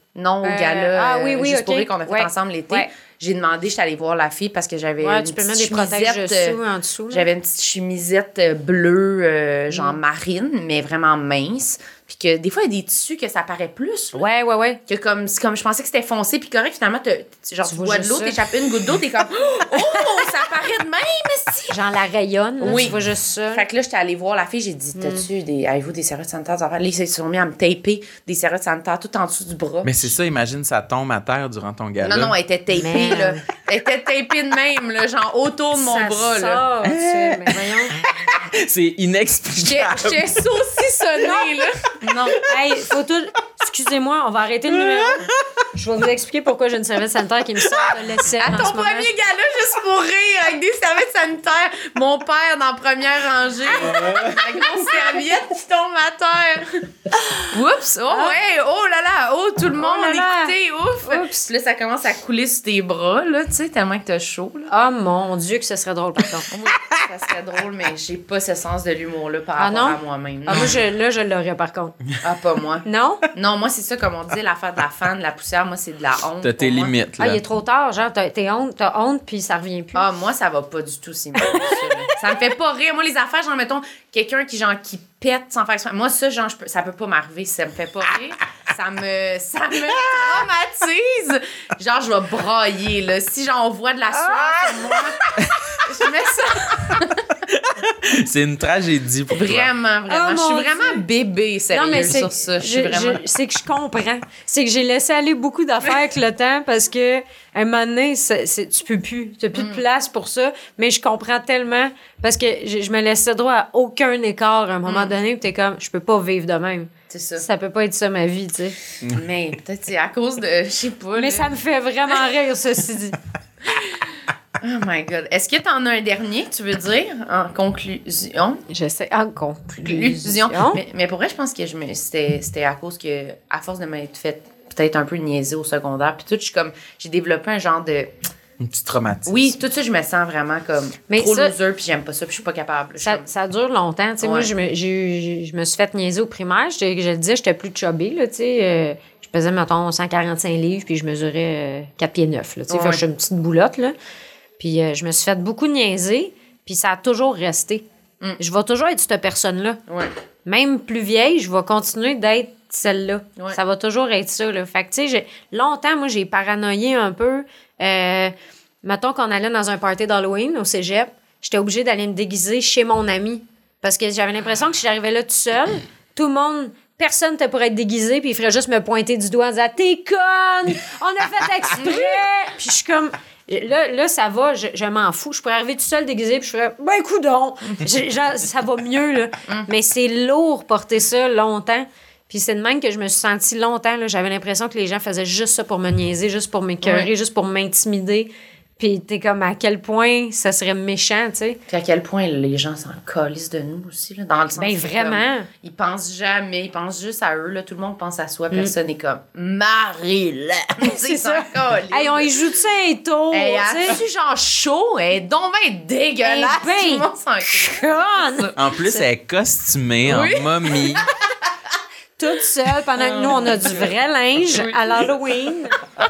Non, au gala. oui, Juste pour ok. rire qu'on a fait Ouais. ensemble l'été. Ouais. J'ai demandé, j'étais allée voir la fille parce que j'avais Ouais, une tu peux petite mettre des protèges chemisette, dessous, en dessous. là. J'avais une petite chemisette bleue, genre marine, mais vraiment mince. Puis que des fois, il y a des tissus que ça paraît plus. Là. Ouais. Que comme je pensais que c'était foncé puis correct, finalement, genre, tu vois bois de juste l'eau, ça. t'échappes une goutte d'eau, t'es comme, oh, ça paraît de même, si. Genre la rayonne, là, Oui. tu vois juste ça. Fait que là, j'étais allée voir la fille, j'ai dit, avez-vous des serviettes sanitaires? Là, ils se sont mis à me taper des serviettes sanitaires tout en dessous du bras. Mais c'est ça, imagine, ça tombe à terre durant ton gala. Non, elle était tapée, Man. là. Elle était tapée de même, là, genre autour de mon Ça bras, là. sort, tu sais, mais voyons. C'est inexplicable. J'étais saucissonnée, là. Non, hey, faut tout... Excusez-moi, on va arrêter le numéro. Je vais vous expliquer pourquoi j'ai une serviette sanitaire qui me sort de l'aisselle À en ton ce moment. premier gala, juste pour rire, avec des serviettes sanitaires. Mon père dans la première rangée. La grosse serviette qui tombe à terre. Oups! Oh, ouais! Oh là là! Oh, tout le monde là là. écoutait! Ouf! Oups. Puis là, ça commence à couler sur tes bras, là, tu sais, tellement que t'as chaud, là. Ah, mon Dieu, que ce serait drôle, par contre. Oui, ça serait drôle, mais j'ai pas ce sens de l'humour-là par Ah, rapport non? à moi-même. Ah, Non. moi, je l'aurais, par contre. Ah, pas moi. Non? Non, moi, c'est ça, comme on dit, l'affaire de la fan, de la poussière, moi, c'est de la honte. T'as tes pour moi. limites, Ah, là. il est trop tard, genre, t'as honte, puis ça revient plus. Ah, moi, ça va pas du tout, Simon. Ça me fait pas rire. Moi, les affaires, genre, mettons, quelqu'un qui pète sans faire exprès. Moi, ça, genre, ça peut pas m'arriver si ça me fait pas rire. Ça me traumatise. Genre, je vais brailler, là. Si, genre, on voit de la sueur sur moi, je mets ça. C'est une tragédie pour toi. Vraiment, vraiment. Oh, je suis mon vraiment bébé, sérieux, sur ça. Je suis vraiment... c'est que je comprends. C'est que j'ai laissé aller beaucoup d'affaires avec le temps parce que à un moment donné, tu peux plus. Tu n'as plus de place pour ça. Mais je comprends tellement parce que je me laissais droit à aucun écart à un moment donné où t'es comme, je peux pas vivre de même. C'est ça. Ça peut pas être ça ma vie, tu sais. Mais peut-être c'est à cause de... Je sais pas. Mais là. ça me fait vraiment rire, ceci dit. Oh my God. Est-ce que t'en as un dernier que tu veux dire en conclusion? Je sais. En conclusion. Mais pour vrai, je pense que c'était à cause que, à force de m'être fait peut-être un peu niaiser au secondaire, puis tout, j'ai développé un genre de... Un petit traumatisme. Oui, tout ça, je me sens vraiment comme Mais trop ça- loser, puis j'aime pas ça, puis je suis pas capable. Je suis comme- Ça dure longtemps. Tu sais, moi, Ouais. je me suis fait niaiser au primaire. Je le disais, j'étais plus chubby, là, tu sais. Je pesais, mettons, 145 livres, puis je mesurais 4 pieds 9, là, tu sais. Ouais. Fait que je suis une petite boulotte, là. Puis je me suis fait beaucoup niaiser, puis ça a toujours resté. Je vais toujours être cette personne-là. Ouais. Même plus vieille, je vais continuer d'être celle-là. Ouais. Ça va toujours être ça, là. Fait que, tu sais, longtemps, moi, j'ai paranoïé un peu. Mettons qu'on allait dans un party d'Halloween au cégep, j'étais obligée d'aller me déguiser chez mon ami. Parce que j'avais l'impression que si j'arrivais là tout seul, tout le monde... Personne n'était pour être déguisé, puis il ferait juste me pointer du doigt en disant « T'es conne! On a fait exprès! » Puis je suis comme... Là, ça va, je m'en fous. Je pourrais arriver tout seul déguisé, puis je ferais « Ben, coudonc! » Genre, ça va mieux, là. Mais c'est lourd porter ça longtemps. Puis c'est de même que je me suis sentie longtemps, là. J'avais l'impression que les gens faisaient juste ça pour me niaiser, juste pour m'écœurer, Ouais. juste pour m'intimider. Puis t'es comme à quel point ça serait méchant, tu sais. Puis à quel point les gens s'en calissent de nous aussi, là, dans le sens Ben, où, vraiment. comme, ils pensent jamais, ils pensent juste à eux, là, tout le monde pense à soi, personne n'est comme Marie-Laine. C'est ça. Hey, on y joue-tu un tour, Hey, tu sais. as-tu genre chaud? Elle est donc ben dégueulasse. Eh ben, tout le monde s'en crie. Conne! En plus, elle est costumée Oui. en momie. Toute seule pendant que nous, on a du vrai linge à l'Halloween.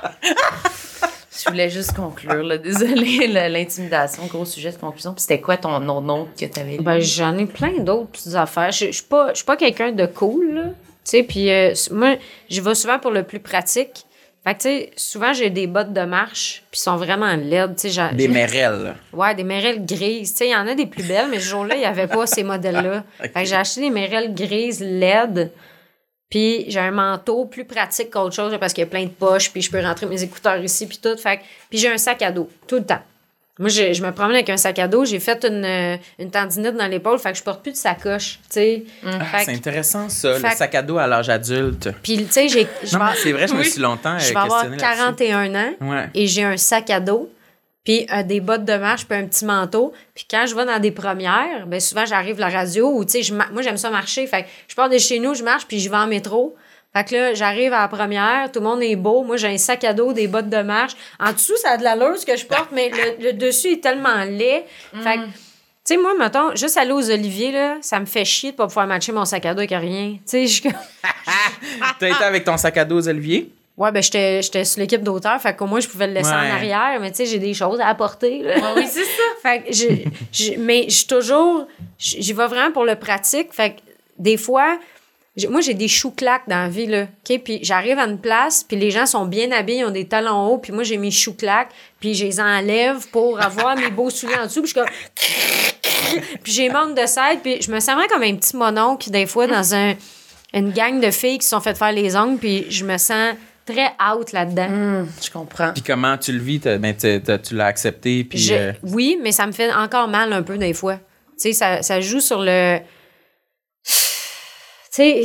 Je voulais juste conclure, là. Désolée, l'intimidation, gros sujet de conclusion. Puis c'était quoi ton nom que t'avais lu? Ben, j'en ai plein d'autres petites affaires. Je suis pas quelqu'un de cool, là. Tu sais, puis moi, je vais souvent pour le plus pratique. Fait que, tu sais, souvent, j'ai des bottes de marche, puis sont vraiment laides, tu sais. Des mérelles. Ouais, des mérelles grises. Tu sais, il y en a des plus belles, mais ce jour-là, il n'y avait pas ces modèles-là. Ok. Fait que j'ai acheté des mérelles grises laides. Puis j'ai un manteau plus pratique qu'autre chose parce qu'il y a plein de poches, puis je peux rentrer mes écouteurs ici, puis tout. Fait que, puis j'ai un sac à dos, tout le temps. Moi, je me promène avec un sac à dos. J'ai fait une tendinite dans l'épaule, fait que je porte plus de sacoche, tu sais. Ah, Fait c'est que- intéressant, ça, fait le sac à dos à l'âge adulte. Puis, tu sais, je Non, mais vais c'est vrai, je me suis longtemps je vais avoir questionné là-dessus. 41 ans Ouais. et j'ai un sac à dos, puis des bottes de marche, puis un petit manteau. Puis quand je vais dans des premières, ben souvent, j'arrive à la radio ou, tu sais, moi, j'aime ça marcher. Fait que je pars de chez nous, je marche, puis je vais en métro. Fait que là, j'arrive à la première, tout le monde est beau. Moi, j'ai un sac à dos, des bottes de marche. En dessous, ça a de l'allure, ce que je porte, mais le dessus est tellement laid. Fait que, tu sais, moi, mettons, juste aller aux Oliviers, là, ça me fait chier de pas pouvoir matcher mon sac à dos avec rien. Tu sais, je suis comme... T'as été avec ton sac à dos aux Olivier? Ouais, ben j'étais sur l'équipe d'auteur, fait qu'au moins je pouvais le laisser en arrière, mais tu sais, j'ai des choses à apporter. Là. Oui, c'est ça. Fait que mais je suis toujours... J'y vais vraiment pour le pratique, fait que des fois... Moi, j'ai des choux-claques dans la vie, là. OK? Puis j'arrive à une place, puis les gens sont bien habillés, ils ont des talons hauts, puis moi, j'ai mes choux-claques, puis je les enlève pour avoir mes beaux souliers en dessous, puis je suis comme... puis j'ai manque de side, puis je me sens vraiment comme un petit mononcle, des fois, dans une gang de filles qui se sont faites faire les ongles, puis je me sens très out là-dedans. Je comprends. Puis comment tu le vis? Tu l'as accepté, puis... Oui, mais ça me fait encore mal un peu, des fois. Tu sais, ça joue sur le... Tu sais,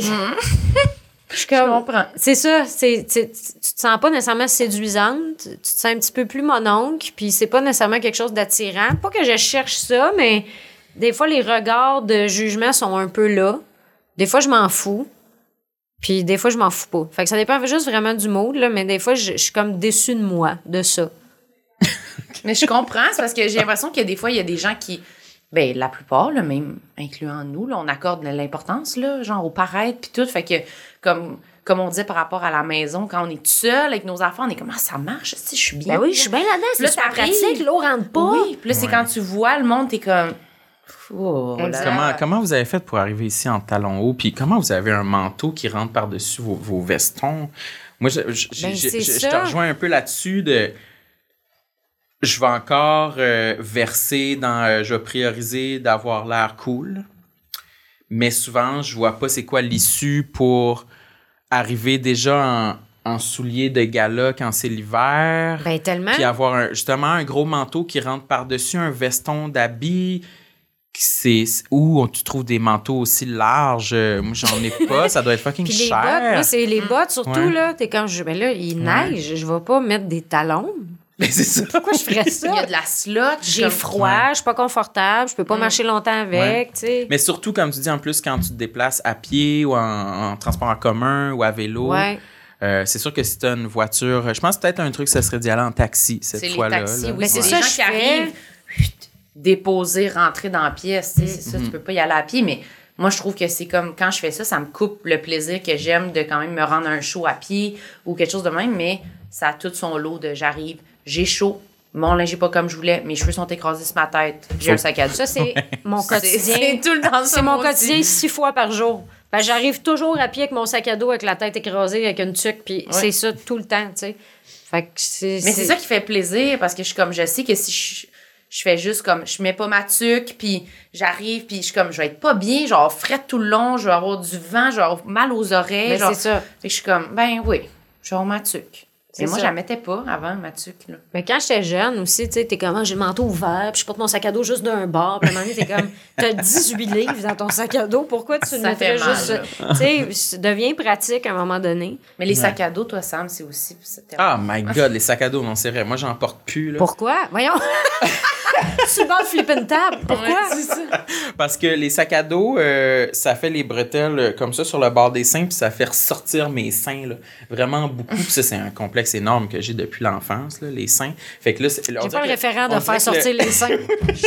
je comprends. C'est ça, tu te sens pas nécessairement séduisante, tu te sens un petit peu plus mononcle, puis c'est pas nécessairement quelque chose d'attirant. Pas que je cherche ça, mais des fois, les regards de jugement sont un peu là. Des fois, je m'en fous, puis des fois, je m'en fous pas. Fait que ça dépend juste vraiment du mood, là, mais des fois, je suis comme déçue de moi, de ça. Mais je comprends, c'est parce que j'ai l'impression qu'il y a des fois, il y a des gens qui... Ben, la plupart, là, même incluant nous, là, on accorde de l'importance, là, genre au paraître puis tout. Fait que, comme on disait par rapport à la maison, quand on est tout seul avec nos enfants, on est comme, ah, ça marche, si je suis bien. Ben oui, je suis bien là-dedans, c'est super pratique, l'eau rentre pas. Oui, puis là, c'est quand tu vois le monde, t'es comme... Oh, Comment vous avez fait pour arriver ici en talons hauts? Puis comment vous avez un manteau qui rentre par-dessus vos vestons? Moi, je te rejoins un peu là-dessus de... Je vais encore verser dans... je vais prioriser d'avoir l'air cool. Mais souvent, je vois pas c'est quoi l'issue pour arriver déjà en souliers de gala quand c'est l'hiver. Ben tellement. Puis avoir justement un gros manteau qui rentre par-dessus un veston d'habit. C'est où tu trouves des manteaux aussi larges. Moi, j'en ai pas. Ça doit être fucking puis les cher. bottes, moi, c'est les bottes surtout, là. T'es quand ben là, il neige. Je vais pas mettre des talons. Mais c'est ça. Pourquoi je ferais ça? Il y a de la slot. J'ai froid, je suis pas confortable, je peux pas marcher longtemps avec, tu sais. Mais surtout, comme tu dis, en plus, quand tu te déplaces à pied ou en transport en commun ou à vélo, c'est sûr que si tu as une voiture... Je pense peut-être un truc, ça serait d'y aller en taxi cette fois-là. Les taxis, là. oui. Mais C'est c'est des ça, gens je qui arrivent, déposer, rentrer dans la pièce. C'est ça, tu peux pas y aller à pied, mais... Moi, je trouve que c'est comme, quand je fais ça, ça me coupe le plaisir que j'aime de quand même me rendre à un show à pied ou quelque chose de même, mais ça a tout son lot de j'arrive, j'ai chaud, mon linge n'est pas comme je voulais, mes cheveux sont écrasés sur ma tête, j'ai un sac à dos. Ça, c'est mon quotidien. C'est tout le temps ça. C'est mon quotidien 6 fois par jour. Ben, j'arrive toujours à pied avec mon sac à dos, avec la tête écrasée, avec une tuque, puis c'est ça tout le temps, tu sais. Fait que c'est ça qui fait plaisir, parce que je suis comme, je sais que si je fais juste comme, je mets pas ma tuque, puis j'arrive, puis je suis comme, je vais être pas bien, genre frette tout le long, je vais avoir du vent, je vais avoir mal aux oreilles. Mais genre, c'est ça. Fait que je suis comme, ben oui, je vais avoir ma tuque. Mais moi, ça. je la mettais pas avant, ma tuque, là. Mais quand j'étais jeune aussi, tu sais, t'es comme, j'ai le manteau ouvert, puis je porte mon sac à dos juste d'un bord, puis à un moment donné, t'es comme, t'as 18 livres dans ton sac à dos, pourquoi tu le mettrais juste... Tu sais, ça devient pratique à un moment donné. Mais les sacs à dos, toi, Sam, c'est aussi... Ah, my God, les sacs à dos, non, c'est vrai. Moi, j'en porte plus, là. Pourquoi? Voyons! Sur le bord de flipper une table. Pourquoi? Ouais, c'est ça. Parce que les sacs à dos, ça fait les bretelles comme ça sur le bord des seins, puis ça fait ressortir mes seins, là, vraiment beaucoup. Puis ça, c'est un complexe énorme que j'ai depuis l'enfance, là, les seins. Fait que là, j'ai pas le référent de faire sortir les seins.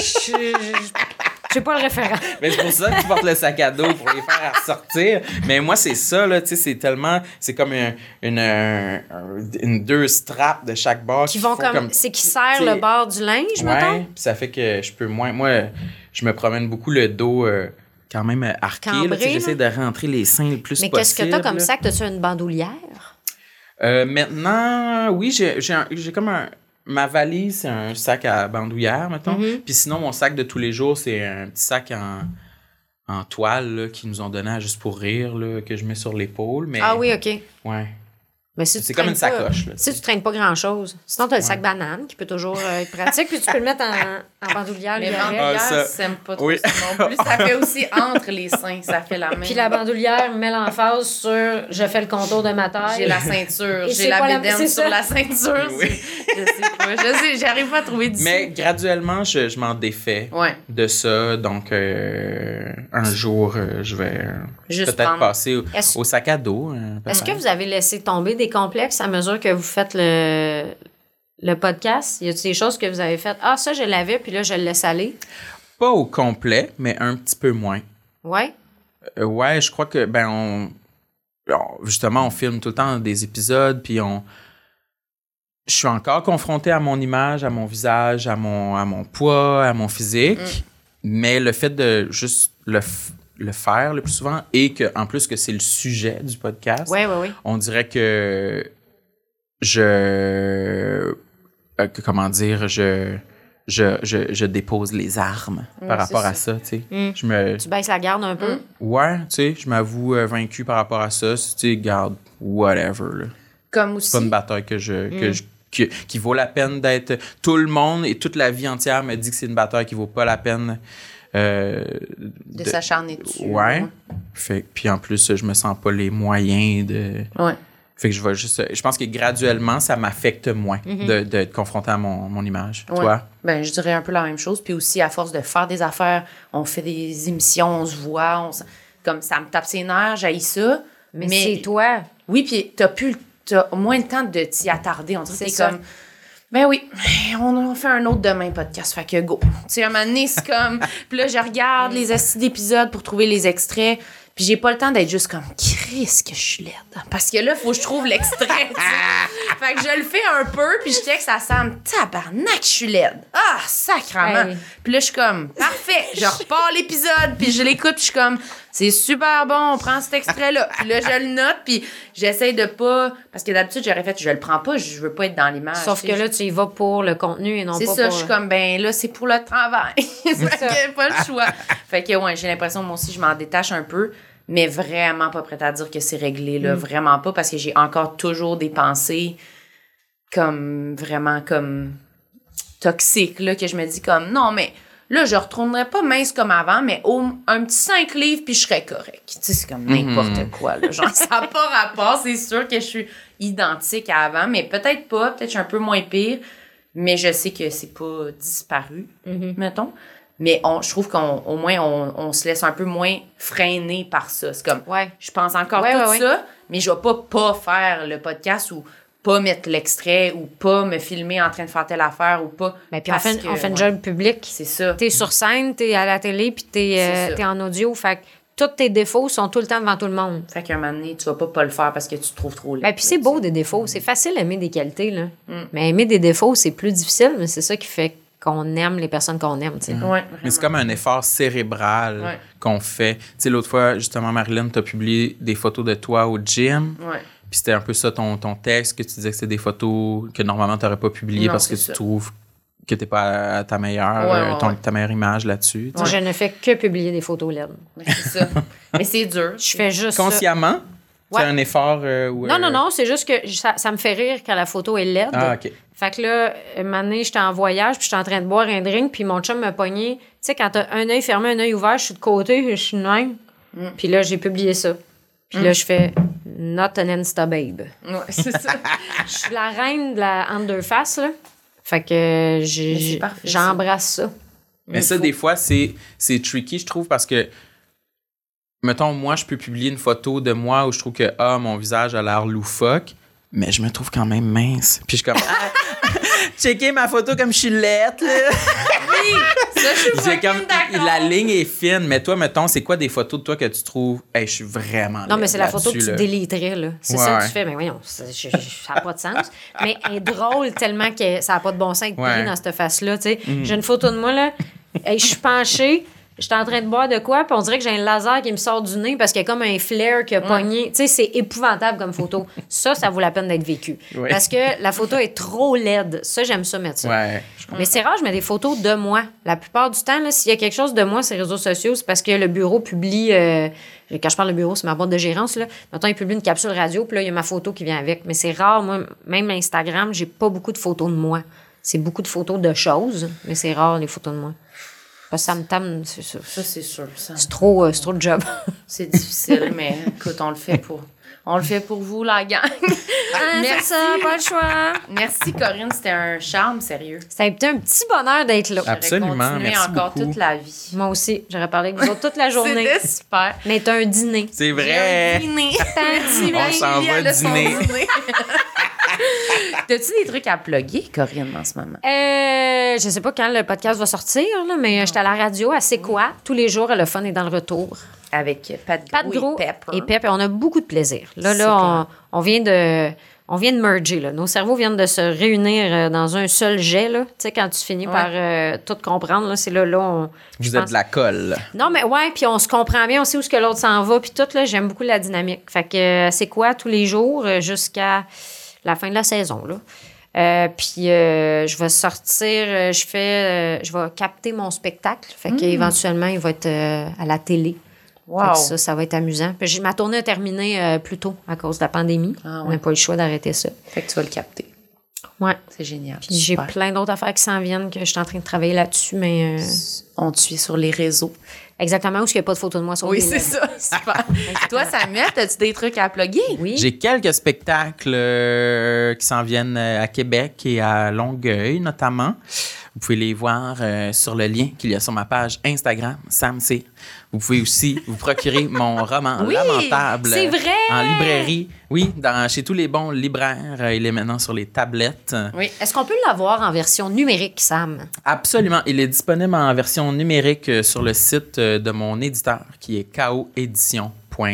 J'ai pas le référent. Mais c'est pour ça que tu portes le sac à dos, pour les faire ressortir. Mais moi, c'est ça, là, tu sais, c'est tellement... C'est comme une deux straps de chaque bord. Qui vont comme... C'est qui serrent le bord du linge, mettons? Puis ça fait que je peux moins... Moi, je me promène beaucoup le dos quand même arqué. Cambré, j'essaie de rentrer les seins le plus possible. Mais qu'est-ce que t'as comme sac? T'as-tu une bandoulière? Maintenant, oui, j'ai comme un... Ma valise, c'est un sac à bandoulière, mettons. Puis sinon, mon sac de tous les jours, c'est un petit sac en toile là, qu'ils nous ont donné à Juste pour rire, là, que je mets sur l'épaule. Mais... Ah oui, OK. Ouais. Mais si c'est comme une sacoche. Là, si tu traînes pas grand-chose. Sinon, tu as le sac banane qui peut toujours être pratique. Puis tu peux le mettre en bandoulière. Les bandoulières, ça pas trop ça non plus. Ça fait aussi entre les seins. Ça fait la même. Puis la bandoulière met l'emphase sur « je fais le contour de ma taille ». J'ai la ceinture. J'ai la bédaine sur la ceinture. Oui. Je sais pas. J'arrive pas à trouver d'ici. Mais graduellement, je m'en défais de ça. Donc, un jour, je vais peut-être passer au sac à dos. Est-ce que vous avez laissé tomber des complexes à mesure que vous faites le podcast? Y a-t-il des choses que vous avez faites? Ah, ça, je l'avais, puis là, je le laisse aller. Pas au complet, mais un petit peu moins. Ouais? Ouais, je crois que, justement, on filme tout le temps des épisodes, puis je suis encore confronté à mon image, à mon visage, à mon poids, à mon physique. Mais le fait de juste le faire le plus souvent et en plus que c'est le sujet du podcast, on dirait que je dépose les armes par rapport à ça, tu sais. Tu baisses la garde un peu? Ouais, tu sais, je m'avoue vaincu par rapport à ça. Tu sais, garde, whatever, là. Comme aussi. C'est pas une bataille qui vaut la peine d'être... Tout le monde et toute la vie entière me dit que c'est une bataille qui vaut pas la peine de s'acharner dessus. Ouais. Puis en plus, je me sens pas les moyens de... Ouais. Fait que je pense que graduellement, ça m'affecte moins d'être confronté à mon image. Ouais. Toi? Ben, je dirais un peu la même chose. Puis aussi, à force de faire des affaires, on fait des émissions, on se voit, comme ça me tape ses nerfs, j'haïs ça. Mais c'est toi. Oui, puis t'as moins de temps de t'y attarder. On dirait que C'est comme... Ben oui, on fait un autre demain podcast, fait que go. Tu sais, un moment donné, c'est comme... Puis là, je regarde les astuces d'épisodes pour trouver les extraits, puis j'ai pas le temps d'être juste comme « Christ, que je suis laide! » Parce que là, faut que je trouve l'extrait, tu sais. Fait que je le fais un peu, puis je texte à Sam « Tabarnak, je suis laide! Ah, sacrement! Hey. » Puis là, je suis comme « Parfait! » Je repars l'épisode, puis je l'écoute, puis je suis comme « C'est super bon, on prend cet extrait-là. » Puis là, je le note, puis j'essaye de pas... Parce que d'habitude, j'aurais fait « Je le prends pas, je veux pas être dans l'image. » Sauf que là, tu y vas pour le contenu et non pas c'est pour... ça, je suis comme, ben là, c'est pour le travail. Fait que pas le choix. Fait que, ouais, j'ai l'impression, moi aussi, je m'en détache un peu, mais vraiment pas prête à dire que c'est réglé, là. Vraiment pas, parce que j'ai encore toujours des pensées vraiment toxiques, là, que je me dis comme, non, mais là, je retournerais pas mince comme avant, mais un petit 5 livres, puis je serais correct. Tu sais, c'est comme n'importe quoi, là. Genre, ça n'a pas rapport. C'est sûr que je suis identique à avant, mais peut-être pas. Peut-être que je suis un peu moins pire, mais je sais que c'est pas disparu, mettons. Mais je trouve qu'au moins, on se laisse un peu moins freiner par ça. C'est comme, je pense encore ça, mais je vais pas faire le podcast ou pas mettre l'extrait ou pas me filmer en train de faire telle affaire ou pas. Ben, puis on fait une job public. C'est ça. T'es sur scène, t'es à la télé, puis t'es en audio. Fait que tous tes défauts sont tout le temps devant tout le monde. Fait qu'un moment donné, tu vas pas le faire parce que tu te trouves trop laid. Ben, puis c'est beau, des défauts. C'est facile d'aimer des qualités, là. Mais aimer des défauts, c'est plus difficile, mais c'est ça qui fait qu'on aime les personnes qu'on aime, tu sais. Ouais, Mais c'est comme un effort cérébral qu'on fait. Tu sais, l'autre fois, justement, Marilyn, t'as publié des photos de toi au gym. Ouais. Puis c'était un peu ça ton texte, que tu disais que c'était des photos que normalement t'aurais pas publiées parce que tu trouves que t'es pas à ta meilleure, ta meilleure image là-dessus. Moi, je ne fais que publier des photos LED. C'est ça. Mais c'est dur. Je fais juste consciemment? C'est un effort Non, c'est juste que ça me fait rire quand la photo est LED. Ah, OK. Fait que là, un moment donné, j'étais en voyage, puis j'étais en train de boire un drink, puis mon chum m'a pogné. Tu sais, quand t'as un œil fermé, un œil ouvert, je suis de côté, je suis de même. Puis là, j'ai publié ça. Puis là, je fais « Not an Insta babe ». Ouais, c'est ça. Je suis la reine de la underface, là. Fait que j'embrasse ça. Mais ça, des fois, c'est tricky, je trouve, parce que mettons, moi, je peux publier une photo de moi où je trouve que, mon visage a l'air loufoque, mais je me trouve quand même mince. Puis je suis comme, checker ma photo comme je suis laite, là. Oui, ça, je suis fucking d'accord. La ligne est fine, mais toi, mettons, c'est quoi des photos de toi que tu trouves, je suis vraiment laite. Non, mais c'est la photo que tu là. déliterais, là. C'est ça que tu fais. Mais voyons, ça n'a pas de sens. Mais elle est drôle tellement que ça n'a pas de bon sens d'être pris dans cette face-là, tu sais. J'ai une photo de moi, là. Je suis penchée. J'étais en train de boire de quoi, puis on dirait que j'ai un laser qui me sort du nez parce qu'il y a comme un flair qui a pogné. Tu sais, c'est épouvantable comme photo. Ça vaut la peine d'être vécu. Ouais. Parce que la photo est trop laide. Ça, j'aime ça mettre ça. Ouais. Mais c'est rare, je mets des photos de moi. La plupart du temps, là, s'il y a quelque chose de moi sur les réseaux sociaux, c'est parce que le bureau publie... quand je parle de bureau, c'est ma boîte de gérance. Là. Maintenant, il publie une capsule radio, puis là, il y a ma photo qui vient avec. Mais c'est rare, moi, même Instagram, j'ai pas beaucoup de photos de moi. C'est beaucoup de photos de choses, mais c'est rare, les photos de moi. Parce que ça me tame, c'est sûr. Ça, c'est sûr. C'est trop de job. C'est difficile, mais écoute, on le fait pour vous, la gang. Merci, ça, pas le choix. Merci, Corinne. C'était un charme, sérieux. Ça a été un petit bonheur d'être là. Absolument. J'aurais continué Merci encore beaucoup. toute la vie. Moi aussi, j'aurais parlé avec vous autres toute la journée. C'était super. Mais t'as un dîner. C'est vrai. Dîner. On s'en va dîner. T'as-tu des trucs à plugger, Corinne, en ce moment? Je sais pas quand le podcast va sortir, là, mais j'étais à la radio, à C'est quoi? Tous les jours, le fun est dans le retour. Avec Pat Pat Gros Gros et Pepper. et Pep. Et on a beaucoup de plaisir. C'est Là, on vient de merger. Là. Nos cerveaux viennent de se réunir dans un seul jet. Là. Tu sais, quand tu finis par tout comprendre, là, c'est là Vous êtes de la colle. Non, mais ouais, puis on se comprend bien, on sait où est-ce que l'autre s'en va, puis tout, là, j'aime beaucoup la dynamique. Fait que c'est quoi tous les jours jusqu'à la fin de la saison, là. Puis je vais sortir, je vais capter mon spectacle. Fait qu'éventuellement, il va être à la télé. Wow. Fait que ça va être amusant. Puis ma tournée a terminé plus tôt à cause de la pandémie. Ah, ouais. On n'a pas eu le choix d'arrêter ça. Fait que tu vas le capter. Ouais. C'est génial. Puis j'ai Super. plein d'autres affaires qui s'en viennent que je suis en train de travailler là-dessus, mais On te suit sur les réseaux. exactement où il n'y a pas de photo de moi sur Oui, les c'est web. ça. Super. Toi, Samuel, as-tu des trucs à plugger? Oui. J'ai quelques spectacles qui s'en viennent à Québec et à Longueuil, notamment. Vous pouvez les voir sur le lien qu'il y a sur ma page Instagram, Sam C. Vous pouvez aussi vous procurer mon roman Oui, Lamentable c'est vrai! en librairie. Oui, chez tous les bons libraires. Il est maintenant sur les tablettes. Oui. Est-ce qu'on peut l'avoir en version numérique, Sam? Absolument. Il est disponible en version numérique sur le site de mon éditeur qui est koedition.ca.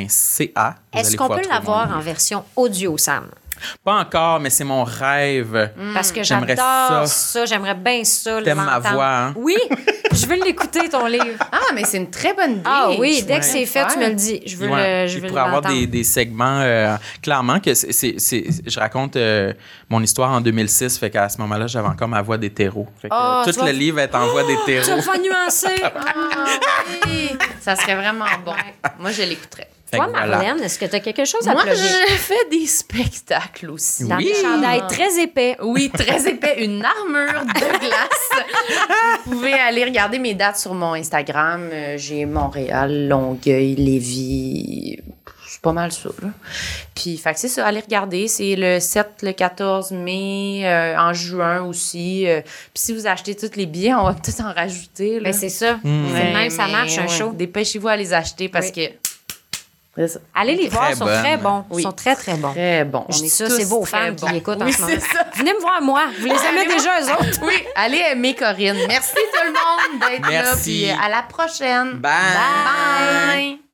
Vous Est-ce allez qu'on pouvoir peut trouver mon l'avoir livre. en version audio, Sam? Pas encore, mais c'est mon rêve. Parce que J'aimerais j'adore ça. ça, j'aimerais bien ça. T'aimes ma l'entendre. voix, hein? Oui, je veux l'écouter, ton livre. Ah, mais c'est une très bonne idée. Ah oui, Je dès que vais c'est le fait, tu faire. me le dis. Je veux Ouais, je il veux pourrait avoir l'entendre. des segments. Clairement, que je raconte mon histoire en 2006, fait qu'à ce moment-là, j'avais encore ma voix d'hétéro. Fait que Ah, tout tu vas- le livre est en voix Tu vas d'hétéro. me faire nuancer. Ah, oui. Ça serait vraiment bon. Moi, je l'écouterais. Fait Toi, que voilà. Marlène, est-ce que tu as quelque chose à Moi, plugger? je fais des spectacles aussi. Dans Oui. des chandails très épais. Oui, très épais, une armure de glace. Vous pouvez aller regarder mes dates sur mon Instagram. J'ai Montréal, Longueuil, Lévis. C'est pas mal ça, là. Puis, fait que c'est ça, allez regarder. C'est le 7, le 14 mai, en juin aussi. Puis si vous achetez tous les billets, on va peut-être en rajouter, là. Mais c'est ça. C'est Ouais, le même, ça mais marche, un ouais, show. Dépêchez-vous à les acheter parce Oui. que... C'est ça. Allez les voir, ils sont bonne. très bons. Ils Oui. sont très, très bons. Très bon. Je On dis est ça, tous c'est vos très fans qui bons. écoutent en Oui, ce moment. c'est ça. Venez me voir, moi. Vous les aimez déjà, eux autres? Oui, allez aimer Corinne. Merci tout le monde d'être là. Merci. Puis à la prochaine. Bye. Bye.